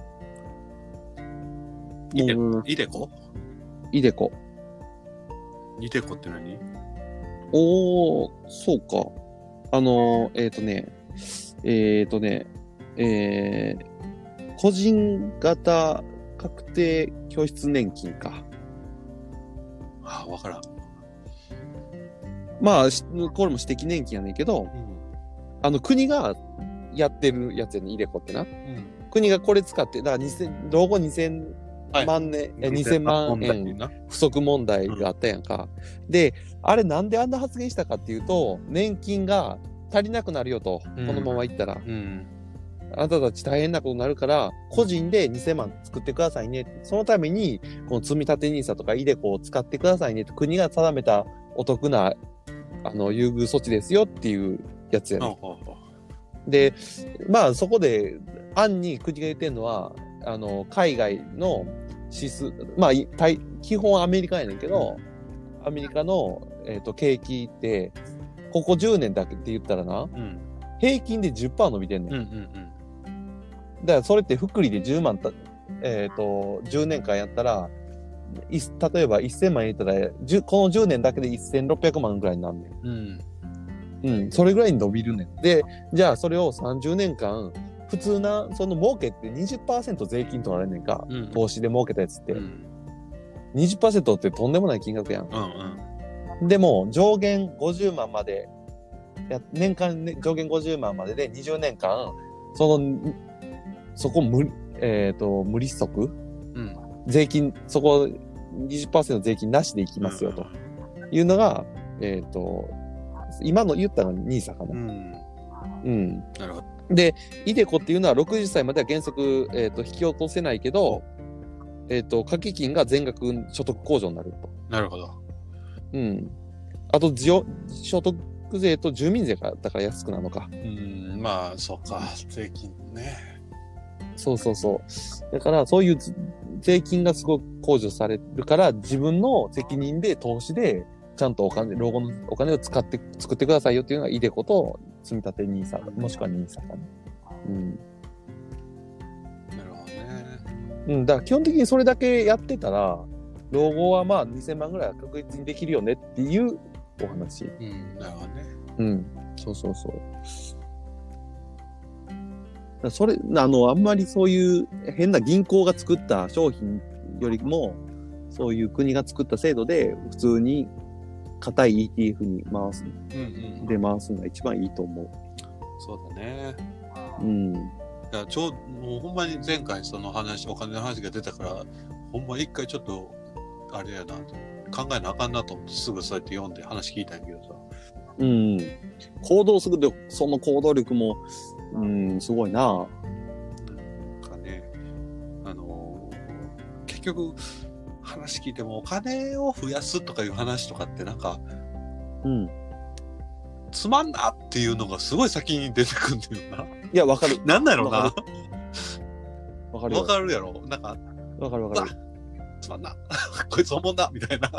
イデコイデコって何？ そうか。個人型確定拠出年金か。 わからん。 まあ、これも私的年金やねんけど、国がやってるやつやねん、イデコってな。国がこれ使って、だから老後2000万年、2000万円不足問題があったやんか。で、あれなんであんな発言したかっていうと、年金が足りなくなるよと、このままいったら。あなたたち大変なことになるから、個人で2000万作ってくださいね。そのために、この積立 NISA とかイデコを使ってくださいね。国が定めたお得な、優遇措置ですよっていうやつやね。で、まあそこで、案に国が言ってるのは、海外の指数、まあ、基本はアメリカやねんけど、アメリカの、景気って、ここ10年だけって言ったらな、平均で 10% 伸びてんねん。だからそれって福利で10万10年間やったら、例えば1000万円入れたら、この10年だけで1600万ぐらいになるねん。それぐらいに伸びるねん。で、じゃあそれを30年間、普通な、その儲けって 20% 税金取られんねんか。投資で儲けたやつって。20% ってとんでもない金額やん。でも、上限50万まで、年間、ね、上限50万までで20年間、そこ無利息、税金、そこ 20% 税金なしでいきますよ、というのが、今の言ったのNISAかな。なるほど。で、イデコっていうのは60歳までは原則、引き落とせないけど、 掛け金が全額所得控除になると。 なるほど。 うん。あと、所得税と住民税が、だから安くなるのか。 まあ、そうか。税金ね。 そうそうそう。だから、そういう税金がすごく控除されるから、自分の責任で投資で、ちゃんと老後のお金を作ってくださいよっていうのがイデコと積み立て NISA、もしくは NISA かね。うん。 なるほどね。 うん、だから基本的にそれだけやってたら、老後はまあ2000万ぐらいは確実にできるよねっていうお話。 なるほどね。 うん。そうそうそう。それ、あんまりそういう変な銀行が作った商品よりも、そういう国が作った制度で普通に硬い ETF に回す、で回すのが一番いいと思う。 そうだね。 うん。 だからもうほんまに前回その話、お金の話が出たから、ほんま一回ちょっと、あれやなと、考えなあかんなと思ってすぐそうやって読んで話聞いたんやけどさ。 うん。行動すると、その行動力も、すごいな。 なんかね、結局、話聞いてもお金を増やすとかいう話とかってなんか、つまんなっていうのがすごい先に出てくんだよな。いや、わかる。 なんだろうな。 わかる。 わかるやろ。なんか、 わかる。 つまんな。こいつおもんなみたいな。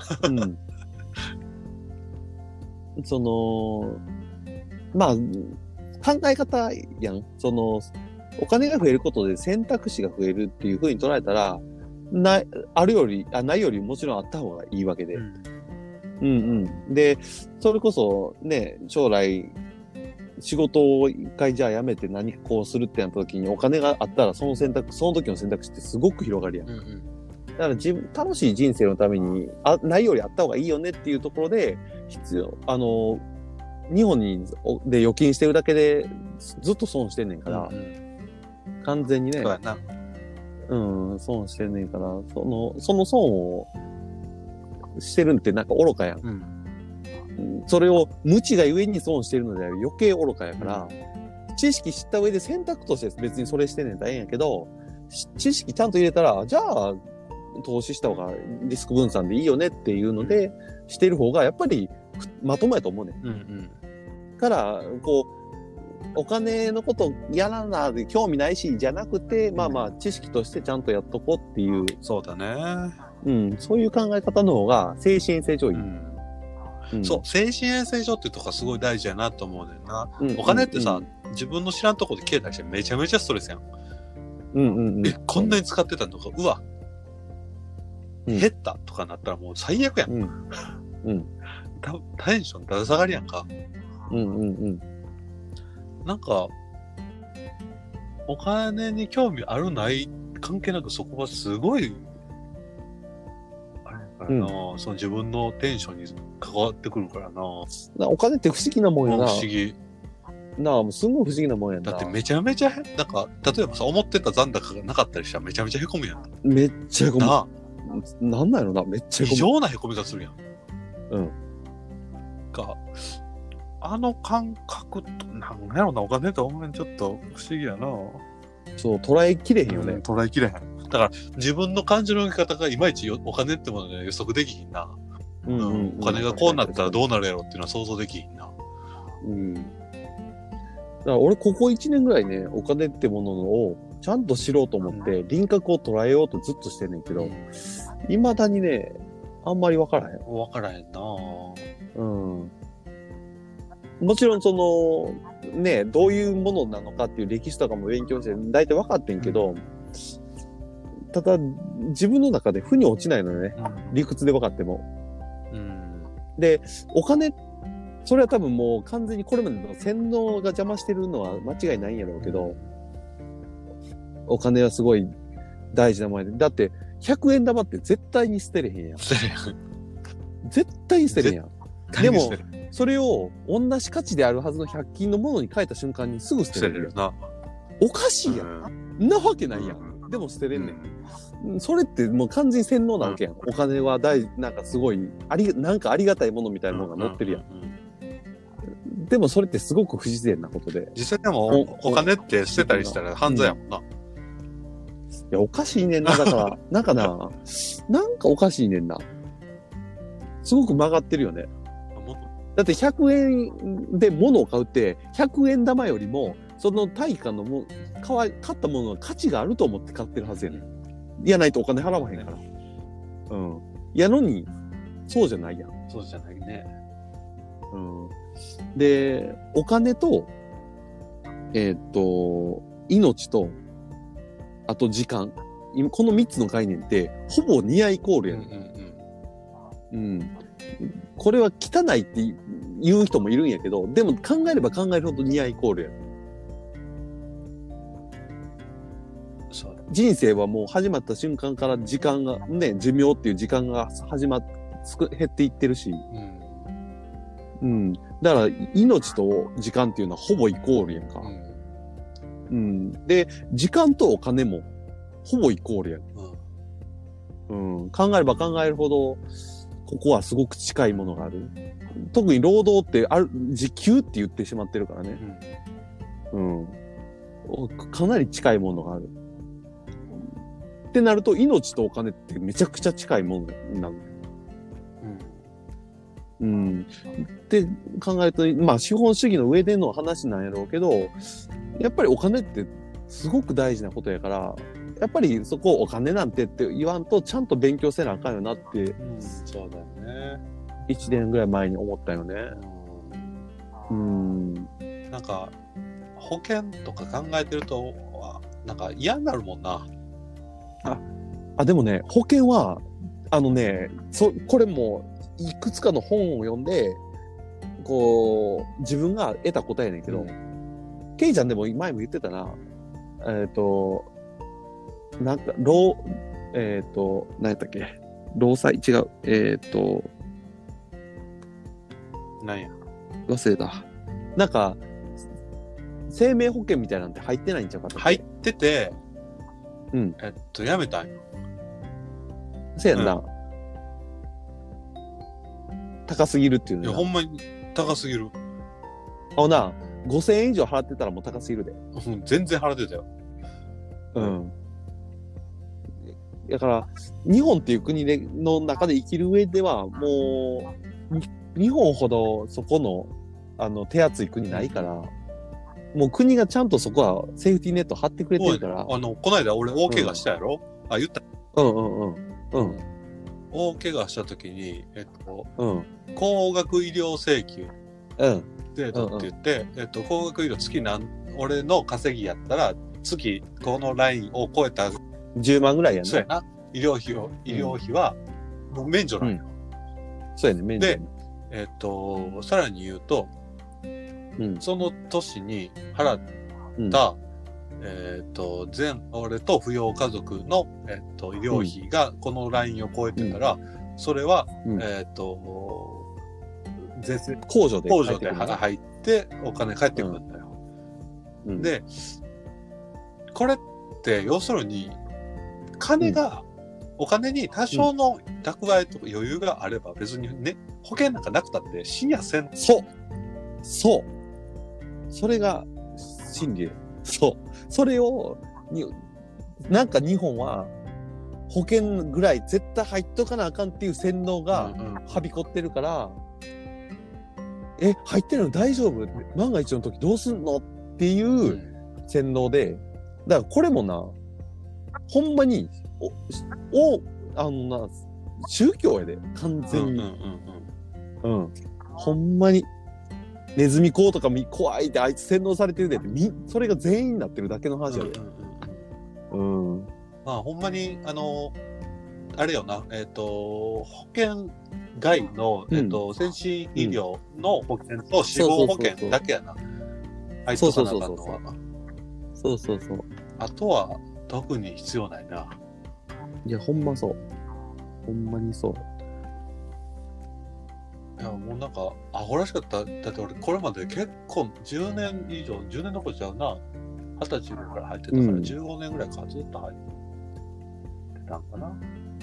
まあ、考え方やん。お金が増えることで選択肢が増えるっていう風に捉えたら、ないよりもちろんあった方がいいわけで。で、それこそね、将来、仕事を一回じゃあ辞めて何かこうするってなった時にお金があったらその時の選択肢ってすごく広がるやん。だから楽しい人生のためにないよりあった方がいいよねっていうところで必要。日本で預金してるだけでずっと損してんねんから、完全にね。 そうやな。 損してんねんから、その損をしてるんってなんか愚かやん。それを無知がゆえに損してるのである余計愚かやから、知識知った上で選択として別にそれしてんねん大変やけど、知識ちゃんと入れたら、じゃあ、投資した方がリスク分散でいいよねっていうので、してる方がやっぱりまともやと思うねん。から、お金のことやらなで興味ないし、じゃなくて、まあまあ知識としてちゃんとやっとこうっていう。 そうだね。 そういう考え方の方が精神衛生上いい。 そう、精神衛生上っていうとこがすごい大事やなと思うねんな。お金ってさ、自分の知らんとこで消えたりしてめちゃめちゃストレスやん。こんなに使ってたのか、うわ、減ったとかなったらもう最悪やん。テンションだだ下がりやんか。なんか、お金に興味あるない関係なくそこがすごい、その自分のテンションに関わってくるからな。 お金って不思議なもんやな。 不思議。 すごい不思議なもんやな。 だってめちゃめちゃ、なんか、例えばさ、思ってた残高がなかったりしたらめちゃめちゃ凹むやん。 めっちゃ凹む。なんなんやろな、めっちゃ凹む。異常な凹みがするやん。あの感覚と、なんやろな、お金ってほんまにちょっと不思議やな。 そう、捉えきれへんよね。 捉えきれへん。だから自分の感情の動き方がいまいちお金ってもので予測できひんな。お金がこうなったらどうなるやろっていうのは想像できひんな。だから俺ここ1年ぐらいね、お金ってものをちゃんと知ろうと思って輪郭を捉えようとずっとしてんねんけど、未だにね、あんまり分からへん。 分からへんな。 もちろんね、どういうものなのかっていう歴史とかも勉強して大体分かってんけど、ただ自分の中で負に落ちないのよね、理屈で分かっても。で、お金、それは多分もう完全にこれまでの洗脳が邪魔してるのは間違いないんやろうけど、お金はすごい大事なもので。だって100円玉って絶対に捨てれへんやん。絶対に捨てれへんやん。でも、それを同じ価値であるはずの100均のものに変えた瞬間にすぐ捨てれるな。おかしいやん。なわけないやん。でも捨てれんねん。それってもう完全に洗脳なわけやん。お金はなんかすごい、なんかありがたいものみたいなものが載ってるやん。でもそれってすごく不自然なことで。 実際でもお金って捨てたりしたら犯罪やもんな。 や、おかしいねんな、だから、なんかおかしいねんな。すごく曲がってるよね。だって100円で物を買うって、100円玉よりも、その対価の買ったものの価値があると思って買ってるはずやねん。いやないとお金払わへんから。うん。やのに、そうじゃないやん。 そうじゃないね。 うん。で、お金と、命と、あと時間。この3つの概念って、ほぼニアイコールやねん。うん。これは汚いって言う人もいるんやけど、でも考えれば考えるほどニアイコールやねん。人生はもう始まった瞬間から時間が、ね、寿命っていう時間が減っていってるし、うん。だから、命と時間っていうのはほぼイコールやんか。うん。で、時間とお金もほぼイコールやん。うん。考えれば考えるほど、ここはすごく近いものがある。特に労働って時給って言ってしまってるからね。うん。かなり近いものがある。ってなると、命とお金ってめちゃくちゃ近いものになる。うん。って考えると、まあ資本主義の上での話なんやろうけど、やっぱりお金ってすごく大事なことやから、やっぱりそこをお金なんてって言わんとちゃんと勉強せなあかんよなって、 そうだよね。 1年ぐらい前に思ったよね。 なんか、保険とか考えてると、なんか嫌になるもんな。 でもね、保険は、これもいくつかの本を読んで、こう、自分が得た答えやねんけど、ケイちゃんでも前も言ってたな、なんか、何やったっけ、労災違う、 何や忘れた。なんか、生命保険みたいなんて入ってないんちゃうかと。 入ってて、やめたんよ。 せやんな。高すぎるっていうの。 いや、ほんまに高すぎる。 5000円以上払ってたらもう高すぎるで。 全然払ってたよ。 だから、日本っていう国の中で生きる上では、もう、日本ほどそこの、手厚い国ないから、もう国がちゃんとそこはセーフティーネット張ってくれてるから。 この間俺大怪我したやろ、言った。大怪我した時に、高額医療請求制度って言って、高額医療俺の稼ぎやったら、月このラインを超えた 10万ぐらいやな。 そうやな。医療費は、もう免除なんよ。 そうやね、免除。 で、さらに言うと、その年に払った、俺と扶養家族の、医療費がこのラインを超えてたら、それは、控除で入ってお金返ってくるんだよ。で、これって要するに、お金に多少の蓄えとか余裕があれば別にね、保険なんかなくたって死にはせん。 そう。それが真理。そう。それを、なんか日本は保険ぐらい絶対入っとかなあかんっていう洗脳がはびこってるから、入ってるの大丈夫？万が一の時どうすんのっていう洗脳で、だからこれもな、ほんまに、宗教やで、完全に。ほんまに。ネズミ講とか怖いってあいつ洗脳されてるでって、それが全員になってるだけの話やで。 まあほんまに、あれよな、保険外の、先進医療の保険と死亡保険だけやな。入っとかなかったのは。 そう。 あとは特に必要ないな。 いや、ほんまそう。ほんまにそう。 いや、もうなんか、アホらしかった。だって俺、これまで結構10年以上、10年どころちゃうな。20歳から入ってたから、15年ぐらいからずっと入ってたんかな。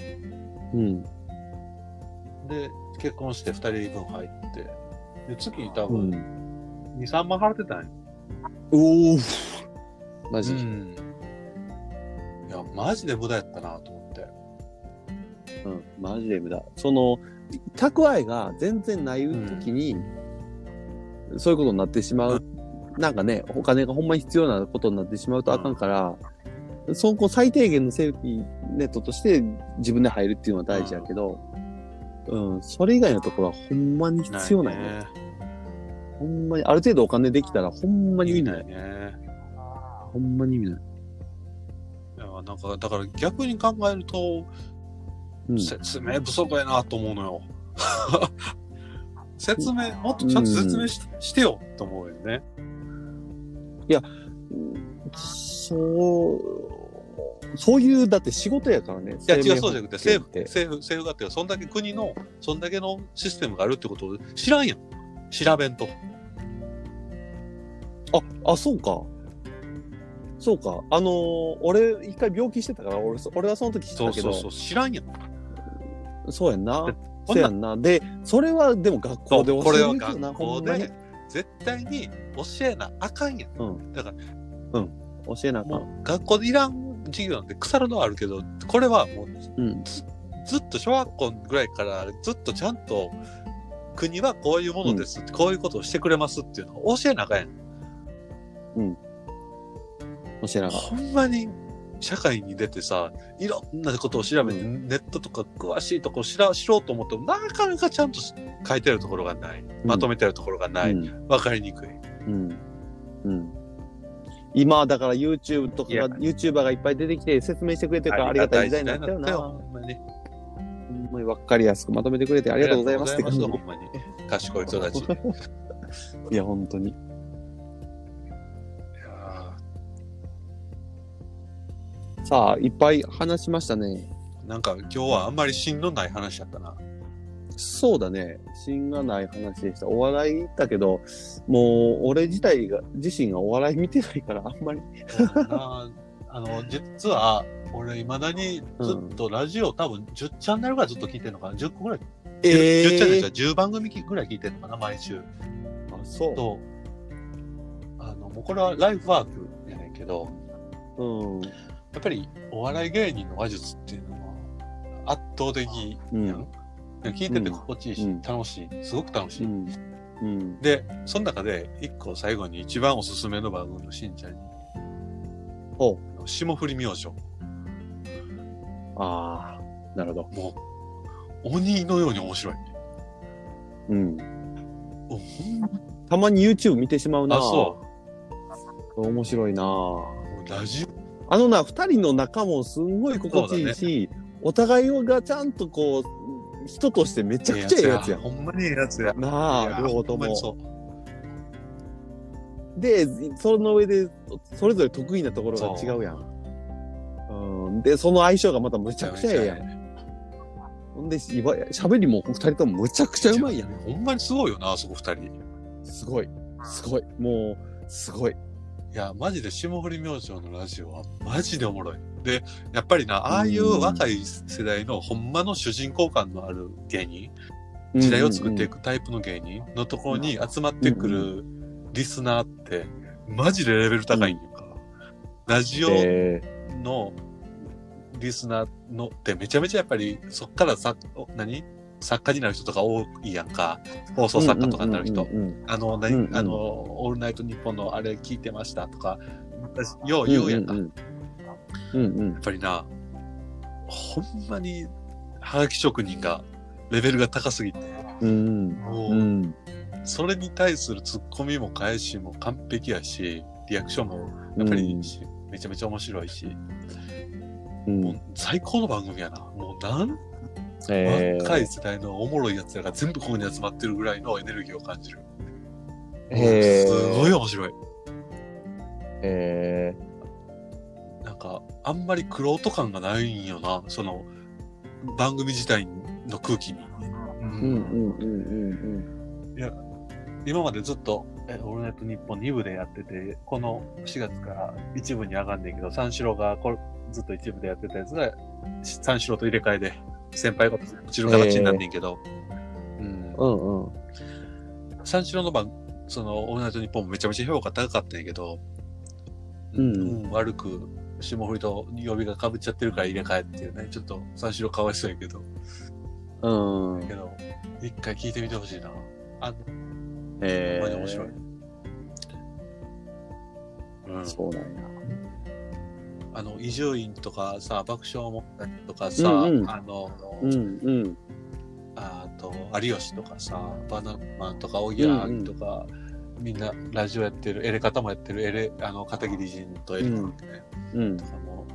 で、結婚して2人分入って、で、月に多分、2、3万払ってたんよ。 おー。マジ。 いや、マジで無駄やったなと思って。 うん、マジで無駄。その、蓄えが全然ない時に、そういうことになってしまう。なんかね、お金がほんまに必要なことになってしまうとあかんから、そこ最低限のセーフティーネットとして自分で入るっていうのは大事やけど、それ以外のところはほんまに必要ないね。ほんまに、ある程度お金できたらほんまに意味ない。ほんまに意味ない。 いや、なんか、だから逆に考えると、説明不足やなと思うのよ。説明、もっとちゃんと説明してよと思うよね。 いや、そういう、だって仕事やからね。 いや、違う、そうじゃなくて、政府がっていうか、そんだけ国の、そんだけのシステムがあるってことを知らんやん。調べんと。 そうか。そうか。俺、一回病気してたから、俺はその時知ったけど。 そう、知らんやん。 そうやんな。そうやんな。で、それはでも学校で教えるこれは学校で、絶対に教えなあかんやん。だから、 教えなあかん。 学校でいらん授業なんて腐るのはあるけど、これはもう、ずっと小学校ぐらいからずっとちゃんと、国はこういうものです、こういうことをしてくれますっていうのを教えなあかんやん。 教えなあかん。 ほんまに、社会に出てさ、いろんなことを調べて、ネットとか詳しいところ知ろうと思っても、なかなかちゃんと書いてあるところがない。まとめてあるところがない。わかりにくい。 今、だから YouTube とかYouTuber がいっぱい出てきて説明してくれてるからありがたい時代になったよな。ほんまにわかりやすくまとめてくれてありがとうございますって感じ。 ほんまに。賢い人たち。 いや、本当に。さあ、いっぱい話しましたね。 なんか今日はあんまり芯のない話だったな。 そうだね。芯がない話でした。お笑い行ったけど、もう俺自身がお笑い見てないからあんまり。 実は俺未だにずっとラジオ多分10チャンネルぐらいずっと聞いてるのかな。10個ぐらい。10チャンネルじゃ10番組ぐらい聞いてるのかな、毎週。 そう。 もうこれはライフワークやねんけど、やっぱりお笑い芸人の話術っていうのは圧倒的やん。聞いてて心地いいし、楽しい。すごく楽しい。で、その中で一個最後に一番おすすめの番組のしんちゃんに。霜降り明星。 ああ、なるほど。 もう、鬼のように面白い。 たまに YouTube 見てしまうな。 そう。 面白いな。 ラジオ二人の仲もすんごい心地いいし、お互いがちゃんとこう、人としてめちゃくちゃいいやつや。 ほんまにいいやつや。 なあ、両方とも。で、その上で、それぞれ得意なところが違うやん。で、その相性がまたむちゃくちゃええやん。ほんで、喋りも二人ともむちゃくちゃうまいやん。 ほんまにすごいよな、あそこ二人。 すごい。もう、すごい。 いや、マジで霜降り明星のラジオはマジでおもろい。で、やっぱりな、ああいう若い世代のほんまの主人公感のある芸人、時代を作っていくタイプの芸人のところに集まってくるリスナーって、マジでレベル高いんよか。ラジオのリスナーのってめちゃめちゃやっぱりそっから作家になる人とか多いやんか。放送作家とかになる人。オールナイトニッポンのあれ聞いてましたとか、よう言うやんか。やっぱりな、ほんまに、はがき職人が、レベルが高すぎて、それに対するツッコミも返しも完璧やし、リアクションもやっぱりめちゃめちゃ面白いし、もう最高の番組やな。もう若い世代のおもろいやつらが全部ここに集まってるぐらいのエネルギーを感じる。すごい面白い。なんか、あんまり玄人感がないんよな、その、番組自体の空気に。いや、今までずっと、オールナイトニッポン2部でやってて、この4月から1部に上がんねんけど、三四郎がずっと1部でやってたやつが、三四郎と入れ替えで、先輩が落ちる形になんねんけど、三四郎のその、オールナイトニッポンもめちゃめちゃ評価高かったんやけど、悪く霜降りと曜日が被っちゃってるから入れ替えっていうね、ちょっと三四郎かわいそうやけど。だけど、一回聞いてみてほしいな。ほんまに面白い。 そうなんや。 伊集院とかさ、爆笑問題とかさ、あと、有吉とかさ、バナナマンとか、おぎやはぎとか、みんなラジオやってる、エレ方もやってる、片桐仁とエレカね、とかも、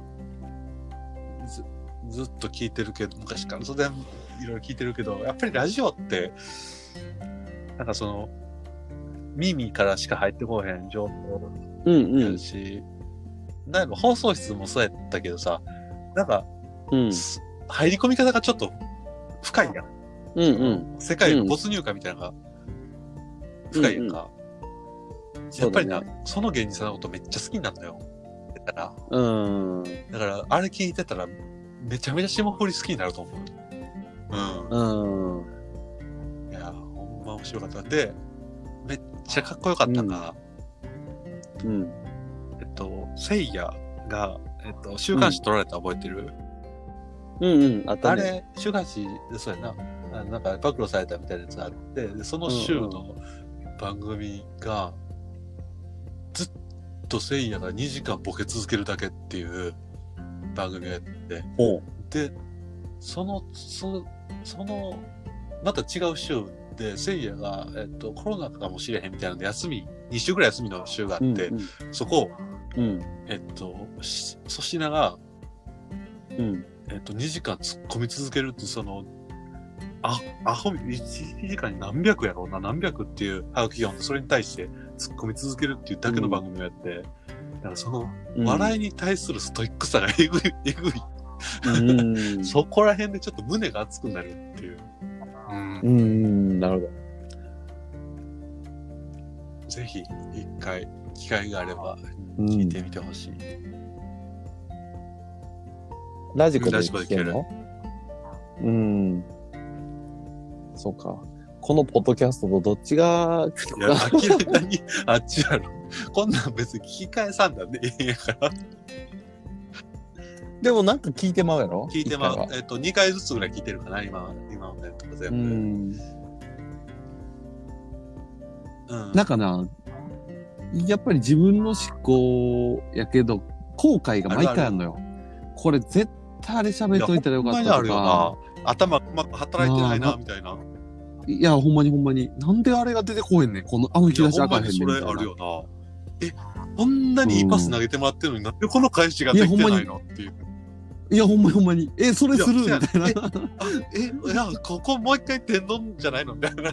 ずっと聞いてるけど、昔からそれでいろいろ聞いてるけど、やっぱりラジオって、なんか耳からしか入ってこへん情報やるし、だいぶ放送室もそうやったけどさ、なんか、入り込み方がちょっと深いやん。世界の没入感みたいなのが深いやんか。やっぱりな、その芸人さんのことめっちゃ好きになるのよ。だから、あれ聞いてたら、めちゃめちゃ霜降り好きになると思う。いや、ほんま面白かった。で、めっちゃかっこよかったが、せいやが、週刊誌取られた覚えてる？ あったね。 あれ、週刊誌でそうやな。なんか暴露されたみたいなやつがあって、でその週の番組が、ずっとせいやが2時間ボケ続けるだけっていう番組をやって、で、また違う週で、せいやが、コロナかもしれへんみたいなので、2週ぐらい休みの週があって、そこを、粗品が、2時間突っ込み続けるって、アホ1時間に何百やろうな、何百っていうハガキ読んで、それに対して突っ込み続けるっていうだけの番組をやって、だから笑いに対するストイックさがえぐい。そこら辺でちょっと胸が熱くなるっていう。 なるほど。ぜひ、一回、機会があれば、聞いてみてほしい。 ラジコで聞けるの？そうか。このポッドキャストとどっちがいや、明らかにあっちやろ。こんなん別に聞き返さんだね。ええやから。 でもなんか聞いてまうやろ？ 聞いてまう。2回ずつぐらい聞いてるかな、今のね、とか全部。 なんかな、やっぱり自分の思考やけど、後悔が毎回あるのよ。これ絶対あれ喋っといたらよかったとか。 あるよな。頭うまく働いてないな、みたいな。 いや、ほんまに。なんであれが出てこへんねん。あの引き出しあかへんねんみたいな。 それあるよな。こんなにいいパス投げてもらってるのに、なんでこの返しができてないのっていう。 いや、ほんまに。それするみたいな。 いや、ここもう一回天丼じゃないのみたいな。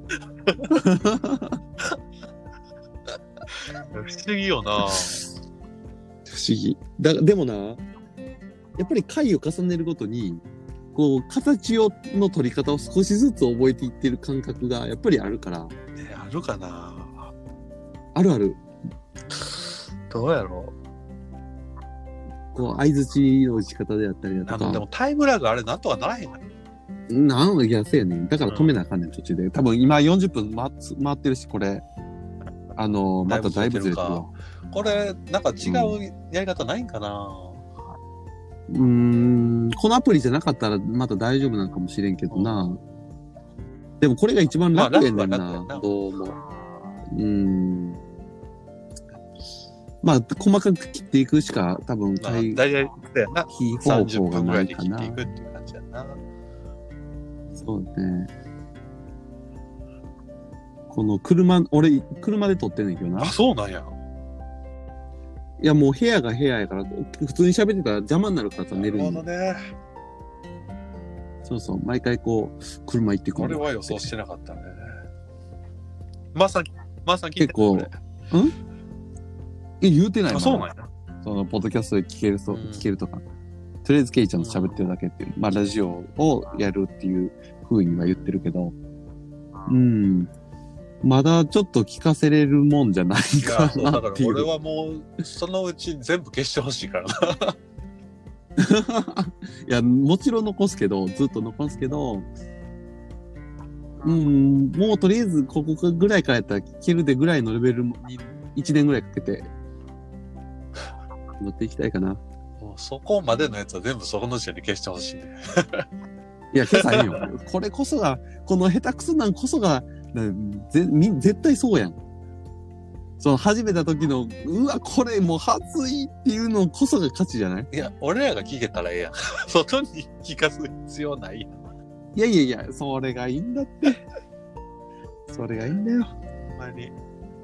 不思議よな。 不思議。でもな、やっぱり回を重ねるごとに、こう、形の取り方を少しずつ覚えていってる感覚がやっぱりあるから。 あるかな？ ある。 どうやろう？こう、相づちの打ち方であったりだとか。 でもタイムラグあれなんとかならへんいや、そうやねん。だから止めなあかんねん、途中で。多分今40分回ってるし、これ。まただいぶずれてるわ。 これ、なんか違うやり方ないんかな？ このアプリじゃなかったらまた大丈夫なんかもしれんけどな。でもこれが一番楽やねんな、どうも。まあ、細かく切っていくしか多分、 大体、 非方法がないかな。 切っていくっていう感じやな。 そうね。俺、車で撮ってんねんけどな。 あ、そうなんや。 いや、もう部屋が部屋やから、普通に喋ってたら邪魔になるからさ、寝るに。 なるほどね。 そう、毎回こう、車行ってくる。 俺は予想してなかったね。まさに聞いて結構、言うてないもん。 そうなんや。 その、ポッドキャストで聞けるとか。とりあえずケイちゃんと喋ってるだけっていう。まあ、ラジオをやるっていう風には言ってるけど。まだちょっと聞かせれるもんじゃないかなっていう。 俺はもう、そのうち全部消してほしいからな。 いや、もちろん残すけど、ずっと残すけど、もうとりあえずここぐらいからやったら聞けるでぐらいのレベルに1年ぐらいかけて乗っていきたいかな。 もうそこまでのやつは全部そこの時点で消してほしいね。 いや、消さへんよ。これこそが、この下手くそなんこそが、絶対そうやん。その始めた時の、うわ、これもう恥ずいっていうのこそが価値じゃない？ いや、俺らが聞けたらええやん。外に聞かす必要ないやん。 いやいやいや、それがいいんだって。それがいいんだよ。 ほんまに。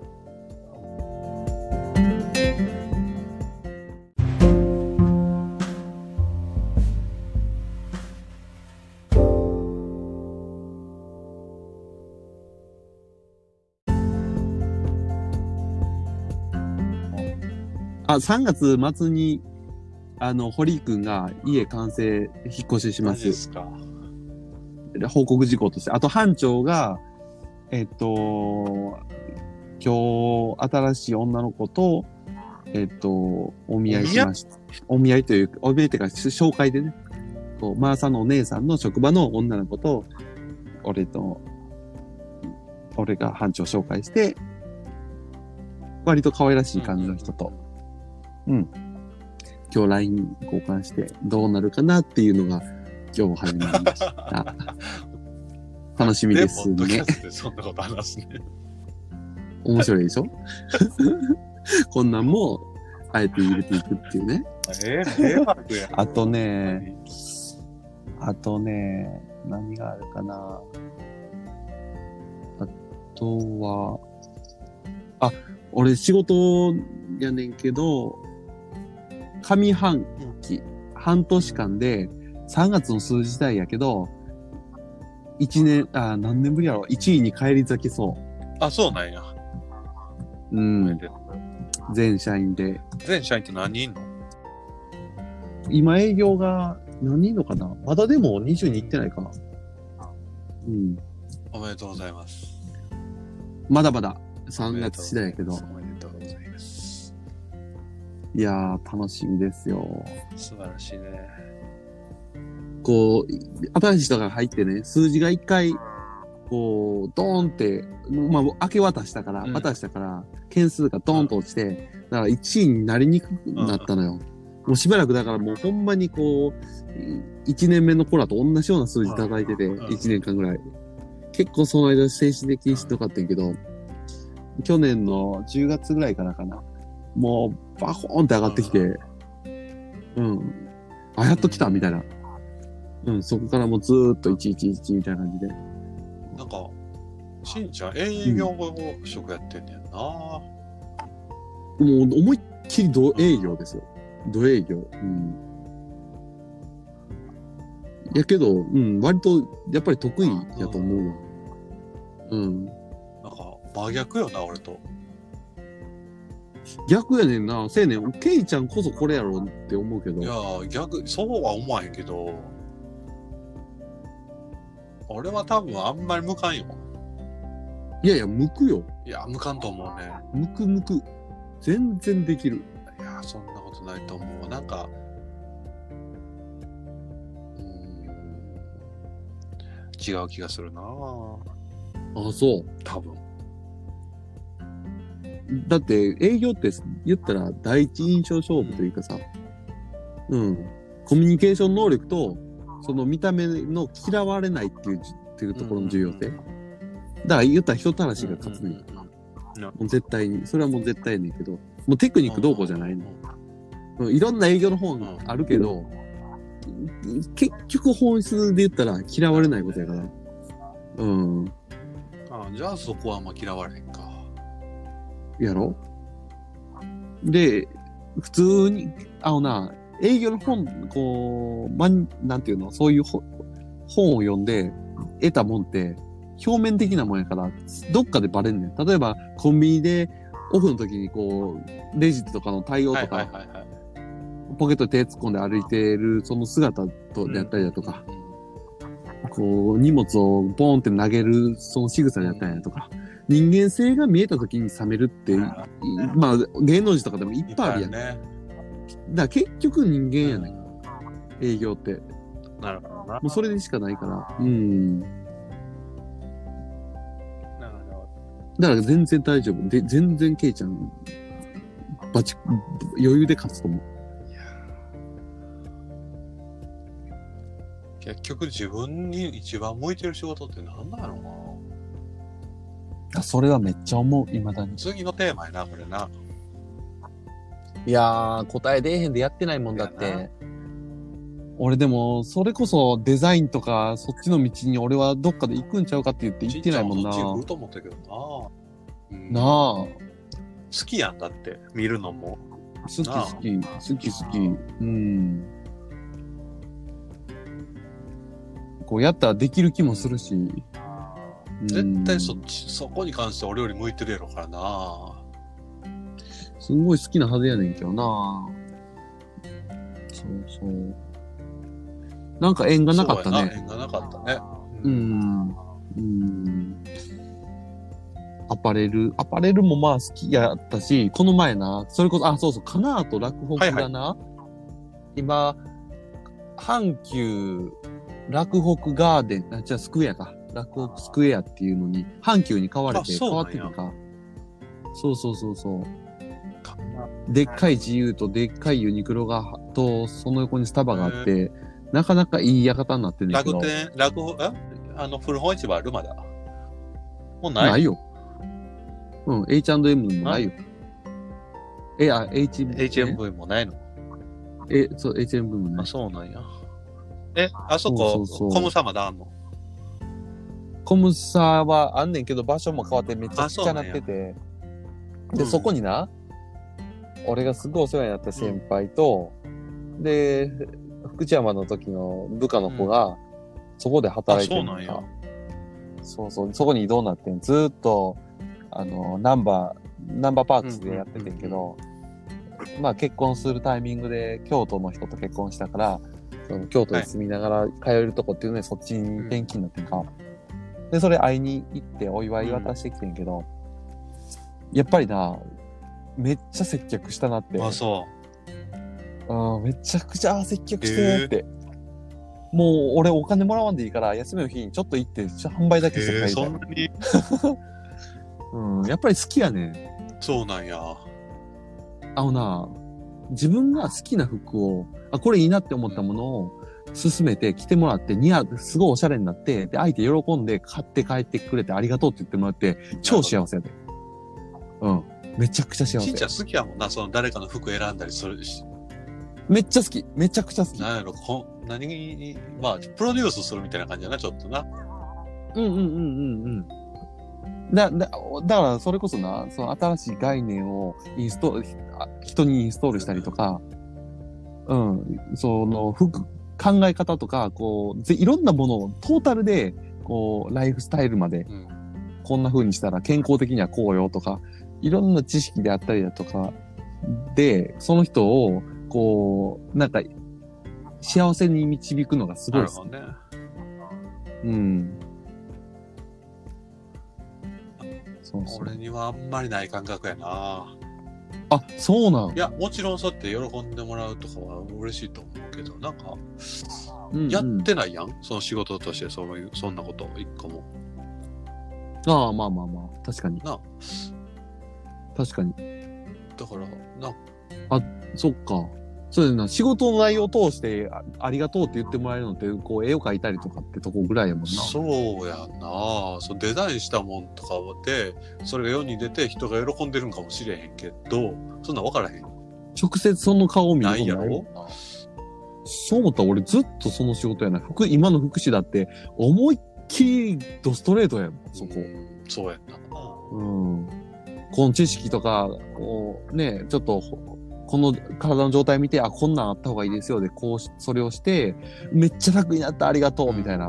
3月末に、堀井くんが家完成、引っ越ししま。 マジですすか。 報告事項として。あと、班長が、今日、新しい女の子と、お見合いしました。お見合いというか、お見合いというか、紹介でね、こう、マーサのお姉さんの職場の女の子と、俺が班長紹介して、割と可愛らしい感じの人と、今日 LINE 交換してどうなるかなっていうのが今日始まりました。楽しみですね。 ポッドキャストでそんなこと話すね。 面白いでしょこんなんも、あえて入れていくっていうね。あとね、何があるかな。あとは、俺仕事やねんけど、上半期、半年間で、3月の数字代やけど、何年ぶりやろ ?1 位に返り咲きそう。 あ、そうなんや。 うん。全社員で。 全社員って何人いんの？ 今営業が何人いんのかな？まだでも20人いってないかな。うん。 おめでとうございます。 まだまだ3月次第やけど。 おめでとうございます。 いやー、楽しみですよ。 素晴らしいね。 こう、新しい人が入ってね、数字が一回、こう、ドーンって、まあ、明け渡したから、件数がドーンと落ちて、だから1位になりにくくなったのよ。もうしばらくだからもうほんまにこう、1年目の頃と同じような数字叩いてて、1年間ぐらい。結構その間精神的にしんどかったんやけど、去年の10月ぐらいからかな。もう、バコーンって上がってきて、やっと来たみたいな。そこからもうずーっと111みたいな感じで。 なんか、しんちゃん営業職やってんねんな。 もう思いっきり土営業ですよ。土営業。やけど、割とやっぱり得意やと思うわ。 なんか、真逆よな、俺と。 逆やねんな。せやねん。ケイちゃんこそこれやろって思うけど。 いや逆、そうは思わへんけど、俺は多分あんまり向かんよ。 いやいや、向くよ。 いや、向かんと思うね。 向く。全然できる。 いや、そんなことないと思う。なんか、違う気がするな。 あ、そう。 多分。 だって営業って言ったら第一印象勝負というかさ、コミュニケーション能力とその見た目の嫌われないっていうところの重要性。だから言ったら人たらしが勝つね。もう絶対に。それはもう絶対やねんけど、もうテクニックどうこうじゃないの。いろんな営業の方があるけど、結局本質で言ったら嫌われないことやから。 じゃあそこはあんま嫌われへんか。 やろ？で、普通に、営業の本、こう、なんていうの、そういう本を読んで得たもんって、表面的なもんやから、どっかでバレんねん。例えば、コンビニでオフの時にこう、レジとかの対応とか、ポケットに手突っ込んで歩いてるその姿であったりだとか、こう、荷物をボーンって投げるその仕草であったりだとか、人間性が見えた時に冷めるって、まあ、芸能人とかでもいっぱいあるやん。だから結局人間やねん。営業って。 なるほどな。 もうそれでしかないから。 なるほど。 だから全然大丈夫。で、全然ケイちゃん、 余裕で勝つと思う。 結局自分に一番向いてる仕事って何なのかな。 それはめっちゃ思う、未だに。 次のテーマやな、これな。 いやー、答え出えへんでやってないもんだって。俺でも、それこそデザインとか、そっちの道に俺はどっかで行くんちゃうかって言って行ってないもんな。 そっち行くと思ったけどな。 なあ。 好きやんだって、見るのも。 好き。うん。こうやったらできる気もするし。 絶対そこに関して俺より向いてるやろからな。 すごい好きなはずやねんけどな。そう。なんか縁がなかったね。 縁がなかったね。 アパレルもまあ好きやったし、この前な、それこそ、そう、かなと落北がな、今、阪急落北ガーデン、じゃあスクエアか。落北スクエアっていうのに、阪急に変わってるか。そう。でっかい自由とでっかいユニクロと、その横にスタバがあって、なかなかいい館になってるんだけど。 古本市場あるまだ。もうないよ。H&M もないよ。 HMV もないの？ そう、HMV もない。 そうなんや。あそこ、コムサまだあんの？ コムサはあんねんけど、場所も変わってめちゃくちゃなってて。で、そこにな、俺がすごいお世話になった先輩と、で、福知山の時の部下の子が、そこで働いてるのか。そう、そこに移動になってん。ずーっと、ナンバーパーツでやっててんけど、まあ結婚するタイミングで京都の人と結婚したから、その京都に住みながら通えるとこっていうので、そっちに転勤になってんか。で、それ会いに行ってお祝い渡してきてんけど、やっぱりな、めっちゃ接客したなって。めちゃくちゃ接客してって。もう俺お金もらわんでいいから、休みの日にちょっと行って販売だけして帰りたい。 そんなにやっぱり好きやねん。 そうなんや。 自分が好きな服を、これいいなって思ったものを勧めて着てもらってすごいおしゃれになって、で、相手喜んで買って帰ってくれてありがとうって言ってもらって、超幸せやで。めちゃくちゃ幸せ。 しんちゃん好きやもんな、その誰かの服選んだりするし。 めっちゃ好き。めちゃくちゃ好き。 なんやろ、まあ、プロデュースするみたいな感じやな、ちょっとな。 だからそれこそな、その新しい概念を人にインストールしたりとか、その考え方とか、こう、いろんなものをトータルで、こう、ライフスタイルまで、こんな風にしたら健康的にはこうよとか、いろんな知識であったりだとか、で、その人を、こう、なんか、幸せに導くのがすごい好き。 なるほどね。 そう俺にはあんまりない感覚やな。 そうなん？ いや、もちろんそうやって喜んでもらうとかは嬉しいと思うけど、なんか、やってないやん、その仕事としてそんなこと一個も。 まあ、確かに。確かに。 だから、 そっか。そうだな。仕事の内容を通してありがとうって言ってもらえるのって、こう、絵を描いたりとかってとこぐらいやもんな。 そうやな。デザインしたもんとかで、それが世に出て人が喜んでるんかもしれへんけど、そんなん分からへん。 直接その顔を見ることないやろ？ そう思ったら俺ずっとその仕事やな。今の福祉だって、思いっきりドストレートやもん、そこ。 そうやな。 この知識とか、こう、ね、ちょっと、この体の状態見て、こんなんあった方がいいですよで、それをして、めっちゃ楽になった、ありがとう、みたいな。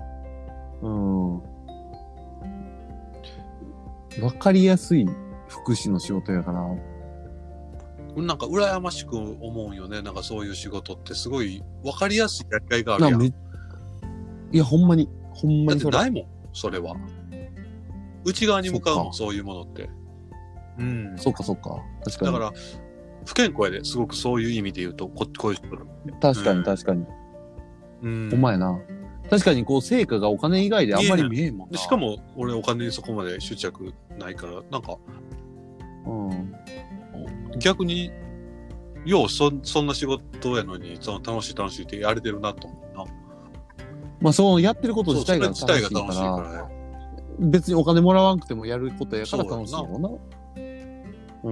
わかりやすい福祉の仕事やから。 なんか羨ましく思うよね。なんかそういう仕事ってすごいわかりやすいやりがいがあるやん。 いや、ほんまにだってないもん、それは。内側に向かうもん、そういうものって。 そっか。確かに。 だから、不健康やで、すごくそういう意味で言うと、こういう人。 確かに。ほんまやな。確かにこう成果がお金以外であんまり見えんもんな。 しかも俺お金にそこまで執着ないから、なんか、 逆に、ようそんな仕事やのに、楽しいってやれてるなと思うな。 まあ、そのやってること自体が楽しいから、別にお金もらわんくてもやることやから楽しいよな。うん。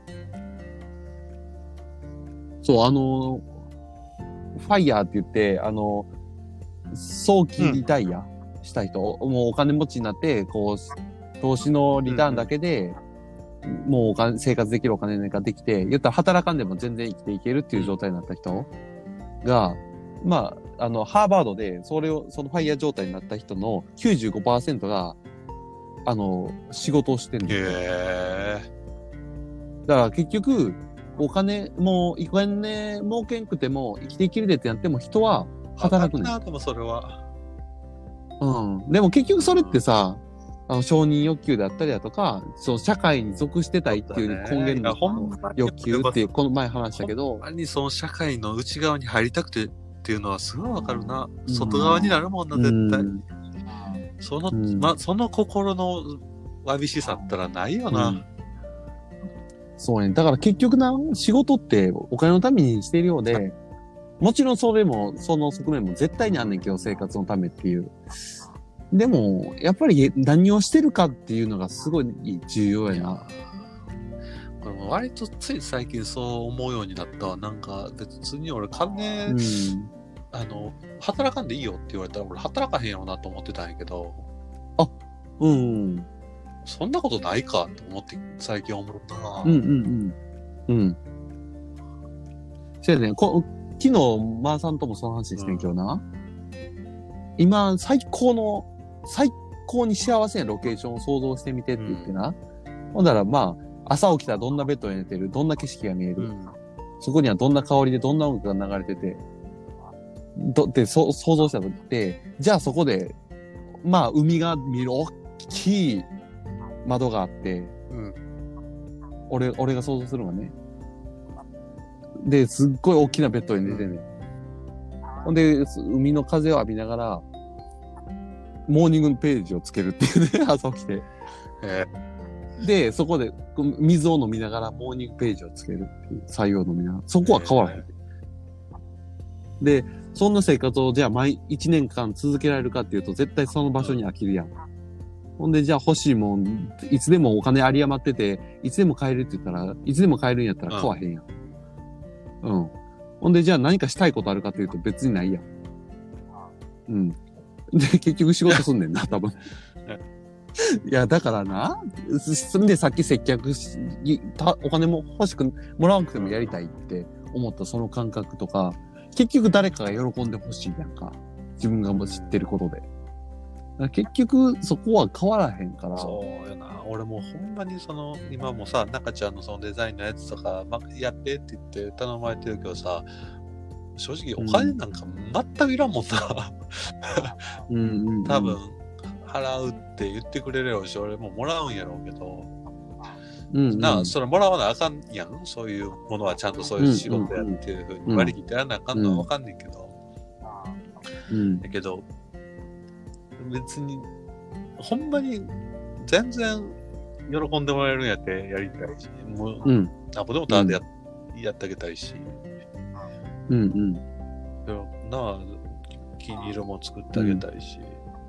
そう、ファイヤーって言って、早期リタイアした人、もうお金持ちになって、こう、投資のリターンだけで、もう生活できるお金ができて、言ったら働かんでも全然生きていけるっていう状態になった人が、まあ、ハーバードで、そのファイヤー状態になった人の 95% が、仕事をしてるんだよ。だから結局、お金儲けんくても生きていけるでってなっても人は働くねん。 でもそれは。 うん。でも結局それってさ、承認欲求だったりだとか、そう、社会に属してたいっていう根源の欲求っていう、この前話したけど。 ほんまにその社会の内側に入りたくてっていうのはすごいわかるな。外側になるもんな、絶対。その心のわびしさったらないよな。 そうね。だから結局仕事ってお金のためにしているようで、もちろんその側面も絶対にあんねんけど、生活のためっていう。でも、やっぱり何をしてるかっていうのがすごい重要やな。 これも割とつい最近そう思うようになったわ。なんか、別に俺金、働かんでいいよって言われたら俺働かへんよなと思ってたんやけど。 あ、うん。 そんなことないかと思って最近思ったな。 うん。そうやね。昨日、マーさんともその話してんけどな。今、最高に幸せなロケーションを想像してみてって言ってな。ほんだら、まあ、朝起きたらどんなベッドに寝てる、どんな景色が見える。そこにはどんな香りでどんな音楽が流れてて、って想像したときって、じゃあそこで、まあ、海が見る大きい窓があって、俺が想像するのがね。で、すっごい大きなベッドに寝てんね。ほんで、海の風を浴びながら、モーニングページをつけるっていうね、朝起きて。で、そこで水を飲みながらモーニングページをつけるっていう、白湯を飲みながら。そこは変わらへん。で、そんな生活をじゃあ1年間続けられるかっていうと、絶対その場所に飽きるやん。ほんで、じゃあ欲しいもん、いつでもお金有り余ってて、いつでも買えるって言ったら、いつでも買えるんやったら買わへんやん。ほんで、じゃあ何かしたいことあるかっていうと別にないやん。で、結局仕事すんねんな、多分。いや、だからな、で、さっき接客お金も欲しく、もらわなくてもやりたいって思ったその感覚とか、結局誰かが喜んでほしいやんか。自分がもう知ってることで。結局、そこは変わらへんから。 そうよな。俺もほんまに今もさ、中ちゃんのそのデザインのやつとか、やってって言って頼まれてるけどさ、正直お金なんか全くいらんもんな。多分、払うって言ってくれるやろうし、俺ももらうんやろうけど、それもらわなあかんやん。そういうものはちゃんとそういう仕事やっていうふうに割り切ってやらなあかんのはわかんねんけど。だけど、別に、ほんまに全然喜んでもらえるんやってやりたいし、もう、でもただでやってあげたいし。でも気に入るもん作ってあげたいし。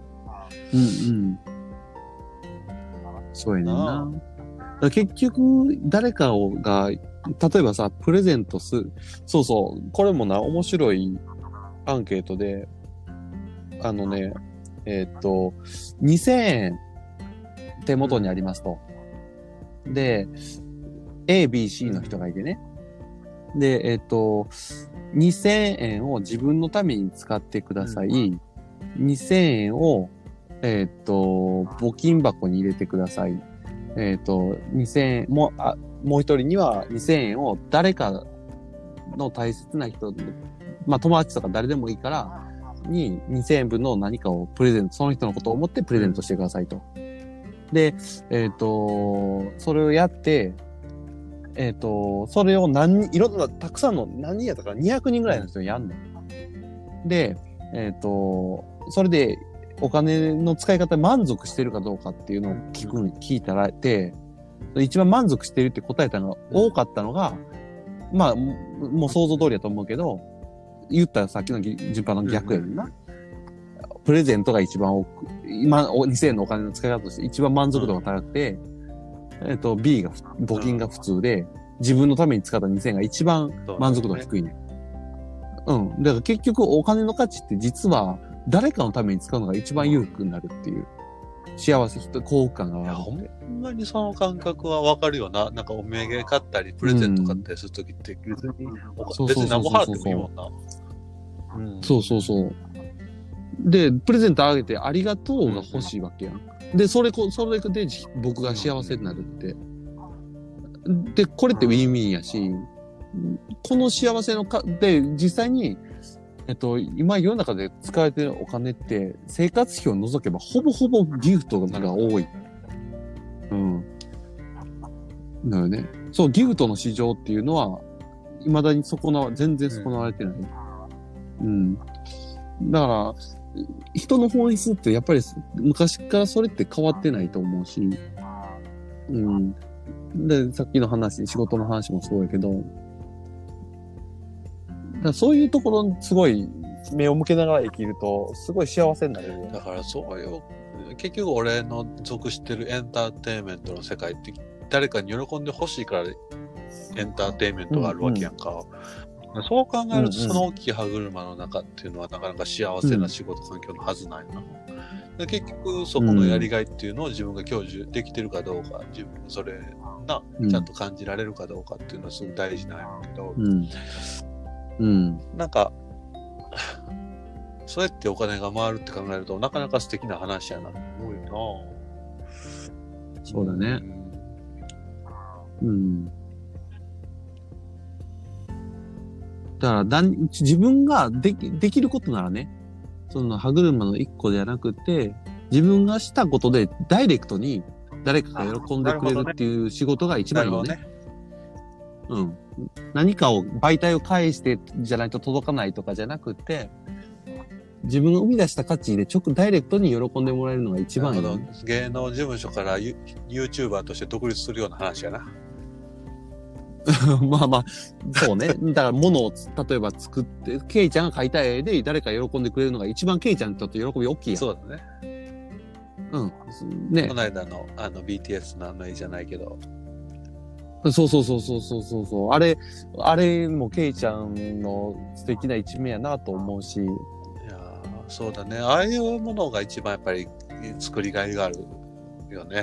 そうやねんな。結局、誰かが、例えばさ、プレゼントそうそう、これもな、面白いアンケートで、2000円手元にありますと。で、A、B、C の人がいてね。で、2000円を自分のために使ってください。2000円を、募金箱に入れてください。2000円、もう一人には2000円を誰かの大切な人、まあ友達とか誰でもいいから、に2000円分の何かをプレゼント、その人のことを思ってプレゼントしてくださいと。で、それをやって、それをいろんな、たくさんの、何人やったから200人ぐらいの人にやんねん。で、それで、お金の使い方満足してるかどうかっていうのを聞いたらて、 一番満足してるって答えたのが多かったのが、まあ、もう想像通りだと思うけど、言ったらさっきの順番の逆やねんな。プレゼントが一番多く、今、2000円のお金の使い方として一番満足度が高くて、B が、募金が普通で、自分のために使った2000円が一番満足度が低いね。うん。だから結局お金の価値って実は誰かのために使うのが一番裕福になるっていう。幸せ、幸福感が上がる。 ほんまにその感覚はわかるよな。なんかお土産買ったり、プレゼント買ったりするときって別に何も払ってもいいもんな。 そうそうそう。で、プレゼントあげてありがとうが欲しいわけやん。で、それで僕が幸せになるって。で、これってウィンウィンやし、この幸せので、実際に、今世の中で使われてるお金って、生活費を除けばほぼほぼギフトが多い。うん。だよね。そう、ギフトの市場っていうのは、未だに全然損なわれてない。うん。だから、人の本質ってやっぱり昔からそれって変わってないと思うし、うん。で、さっきの話、仕事の話もそうやけど、だそういうところにすごい目を向けながら生きると、すごい幸せになれるよ。 だからそうよ。結局俺の属してるエンターテインメントの世界って誰かに喜んでほしいからエンターテインメントがあるわけやんか。そう考えるとその大きい歯車の中っていうのはなかなか幸せな仕事環境のはずないな。で結局そこのやりがいっていうのを自分が享受できてるかどうか、自分がそれな、ちゃんと感じられるかどうかっていうのはすごく大事なんやけど、なんかそうやってお金が回るって考えるとなかなか素敵な話やなと思うよな。 そうだね。だから自分ができることならね、その歯車の一個ではなくて、自分がしたことでダイレクトに誰かが喜んでくれるっていう仕事が一番いいよね。何かを媒体を介してじゃないと届かないとかじゃなくて、自分が生み出した価値でダイレクトに喜んでもらえるのが一番いい、ね。 芸能事務所からYouTuber として独立するような話やな。 まあまあ、そうね。だから物を例えば作って、ケイちゃんが描いた絵で誰か喜んでくれるのが一番ケイちゃんにとって喜び大きいやん。 そうだね。 ね。 この間のBTS の絵じゃないけど。 そう。あれもケイちゃんの素敵な一面やなと思うし。いやそうだね。ああいうものが一番やっぱり作りがいがあるよね。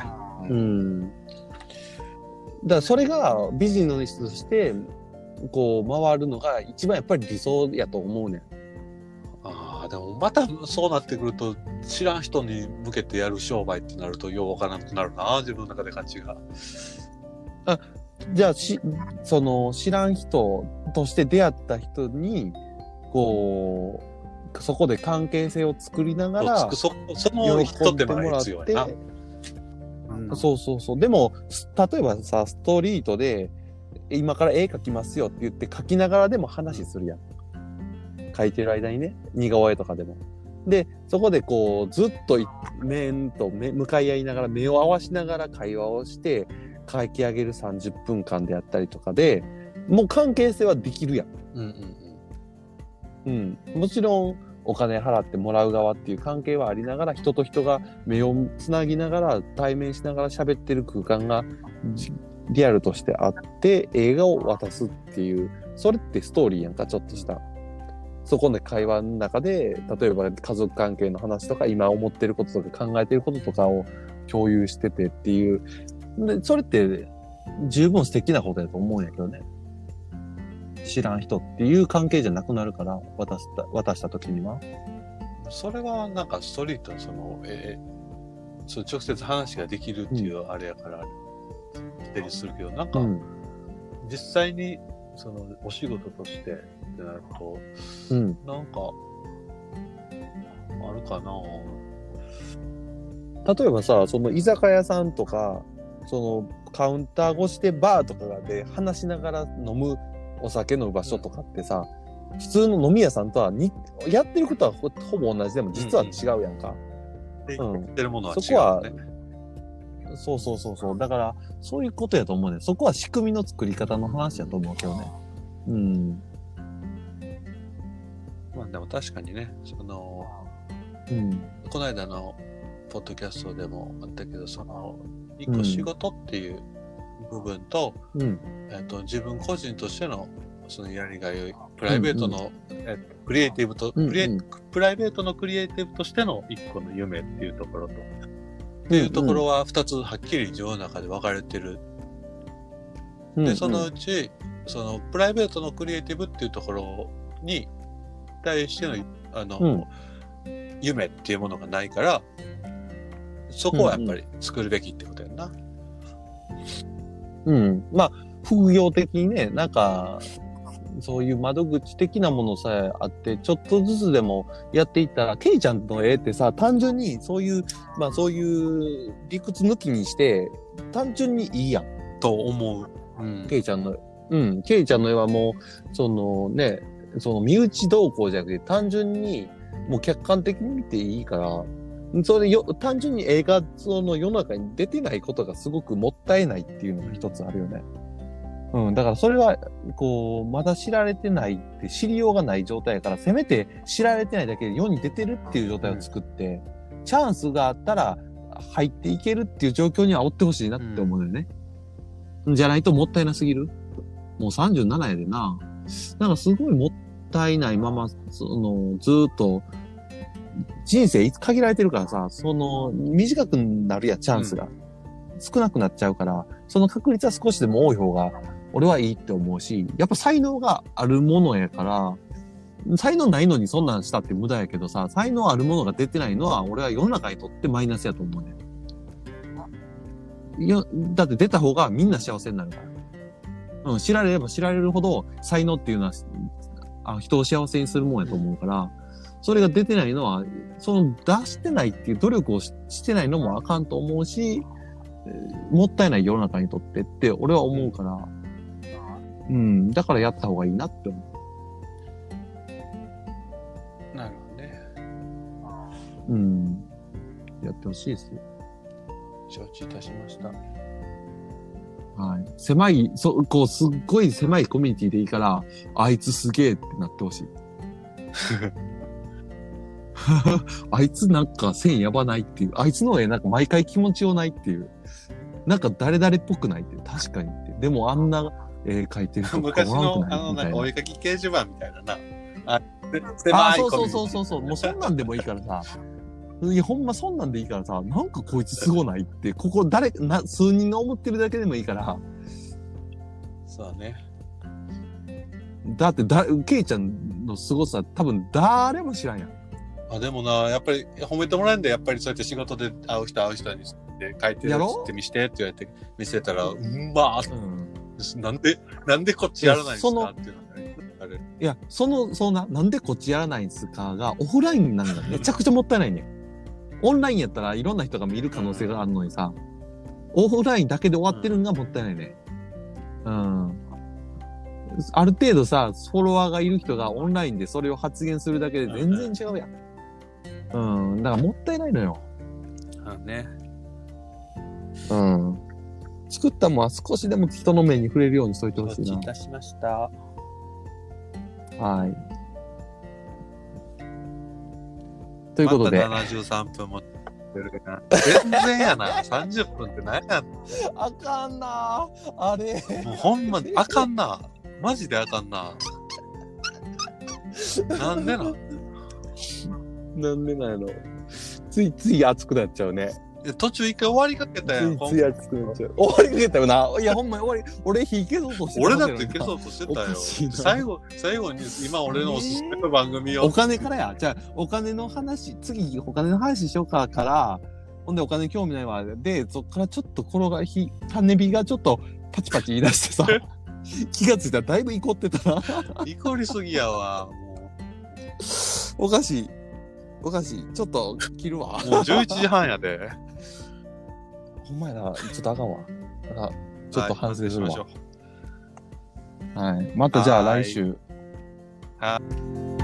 だからそれがビジネスとしてこう回るのが一番やっぱり理想やと思うねん。 でもまたそうなってくると知らん人に向けてやる商売ってなるとようわからなくなるな、自分の中で感じが。 じゃあその知らん人として出会った人にこうそこで関係性を作りながらその人ってのは必要やな。 そう。でも、例えばさ、ストリートで、今から絵描きますよって言って描きながらでも話するやん。描いてる間にね、似顔絵とかでも。で、そこでこう、ずっと向かい合いながら、目を合わしながら会話をして、描き上げる30分間であったりとかで、もう関係性はできるやん。もちろん、お金払ってもらう側っていう関係はありながら、人と人が目をつなぎながら対面しながら喋ってる空間がリアルとしてあって映画を渡すっていう、それってストーリーやんか。ちょっとしたそこで会話の中で例えば家族関係の話とか今思ってることとか考えてることとかを共有しててっていうで、それって十分素敵なことだと思うんやけどね。知らん人っていう関係じゃなくなるから渡した時にはそれはなんかストリートのそう直接話ができるっていうあれやから出たりするけど、なんか、実際にそのお仕事としてってなると、なんかあるかな。 例えばさ、その居酒屋さんとかそのカウンター越しでバーとかで話しながら飲むお酒の場所とかってさ、普通の飲み屋さんとはやってることはほぼ同じでも実は違うやんか。 言ってるものは違うね。 そうそうそうそう。だから、そういうことやと思うね。そこは仕組みの作り方の話やと思うけどね。うん。 まあでも確かにね、 うん、 この間のポッドキャストでもあったけど、一個仕事っていう部分と、自分個人としてのそのやりがい、プライベートの、クリエイティブと、プライベートのクリエイティブとしての一個の夢っていうところと、っていうところは二つはっきり自分の中で分かれてる。で、そのうち、プライベートのクリエイティブっていうところに対しての、夢っていうものがないから、そこはやっぱり作るべきってことやんな。 まあ、副業的にね、なんか、そういう窓口的なものさえあって、ちょっとずつでもやっていったら、ケイちゃんの絵ってさ、単純にそういう、まあそういう理屈抜きにして、単純にいいやん。 と思う。 ケイちゃんの、ケイちゃんの絵はもう、その身内動向じゃなくて、単純に、もう客観的に見ていいから、それで単純に映画の世の中に出てないことがすごくもったいないっていうのが一つあるよね。だからそれは、まだ知られてないって知りようがない状態やから、せめて知られてないだけで世に出てるっていう状態を作って、チャンスがあったら入っていけるっていう状況には追ってほしいなって思うよね。じゃないともったいなすぎる。もう37やでな。なんかすごいもったいないまま、ずーっと、人生限られてるからさ、短くなるやチャンスが。少なくなっちゃうから、その確率は少しでも多い方が、俺はいいって思うし、やっぱ才能があるものやから、才能ないのにそんなんしたって無駄やけどさ、才能あるものが出てないのは、俺は世の中にとってマイナスやと思うね。だって出た方がみんな幸せになるから。知られれば知られるほど、才能っていうのは、人を幸せにするもんやと思うから、それが出てないのは、出してないっていう努力をしてないのもあかんと思うし、もったいない世の中にとってって俺は思うから、だからやった方がいいなって思う。なるほどね。 やってほしいですよ。 承知いたしました。 はい。狭い、すっごい狭いコミュニティでいいから、あいつすげえってなってほしい。あいつなんか線やばないっていう。あいつの絵なんか毎回気持ちよないっていう。なんか誰々っぽくないって。確かにって。でもあんな絵描いてると昔のなんかお絵描き掲示板みたいなな。狭いコミュニティ。 そう。もうそんなんでもいいからさ。いや、ほんまそんなんでいいからさ、なんかこいつすごないって、ここ数人が思ってるだけでもいいから。 そうね。 だってケイちゃんの凄さ多分誰も知らんやん。 でもな、やっぱり褒めてもらえんで、やっぱりそうやって仕事で会う人に書いてるって見してって言われて見せたら、なんでこっちやらないんですかっていうのがある。 いや、なんでこっちやらないんですかが、オフラインなんだめちゃくちゃもったいないね。オンラインやったらいろんな人が見る可能性があるのにさ、オフラインだけで終わってるのがもったいないね。ある程度さ、フォロワーがいる人がオンラインでそれを発言するだけで全然違うやん。だからもったいないのよ。 ね。 作ったもんは少しでも人の目に触れるようにしといてほしいな。 承知いたしました。 はい。ということで。 また73分も全然やな。30分って何やん。 あかんな。あれ。 もうほんまにあかんな。マジであかんな。なんでなんでなんやろ。ついつい熱くなっちゃうね。 途中一回終わりかけたやん。 つい熱くなっちゃう。終わりかけたよな。いや、ほんまに終わり。俺火消そうとしてた。 俺だって消そうとしてたよ。最後に今俺のおすすめの番組を。 お金からや。じゃあ、お金の話しようから、ほんでお金興味ないわ。で、そっからちょっと種火がちょっとパチパチ言い出してさ、気がついたらだいぶ怒ってたな。 怒りすぎやわ、もう。おかしい。ちょっと切るわ。 もう11時半やで。 ほんまやな。ちょっとあかんわ。ちょっと反省するわ。はい。またじゃあ来週。 はい。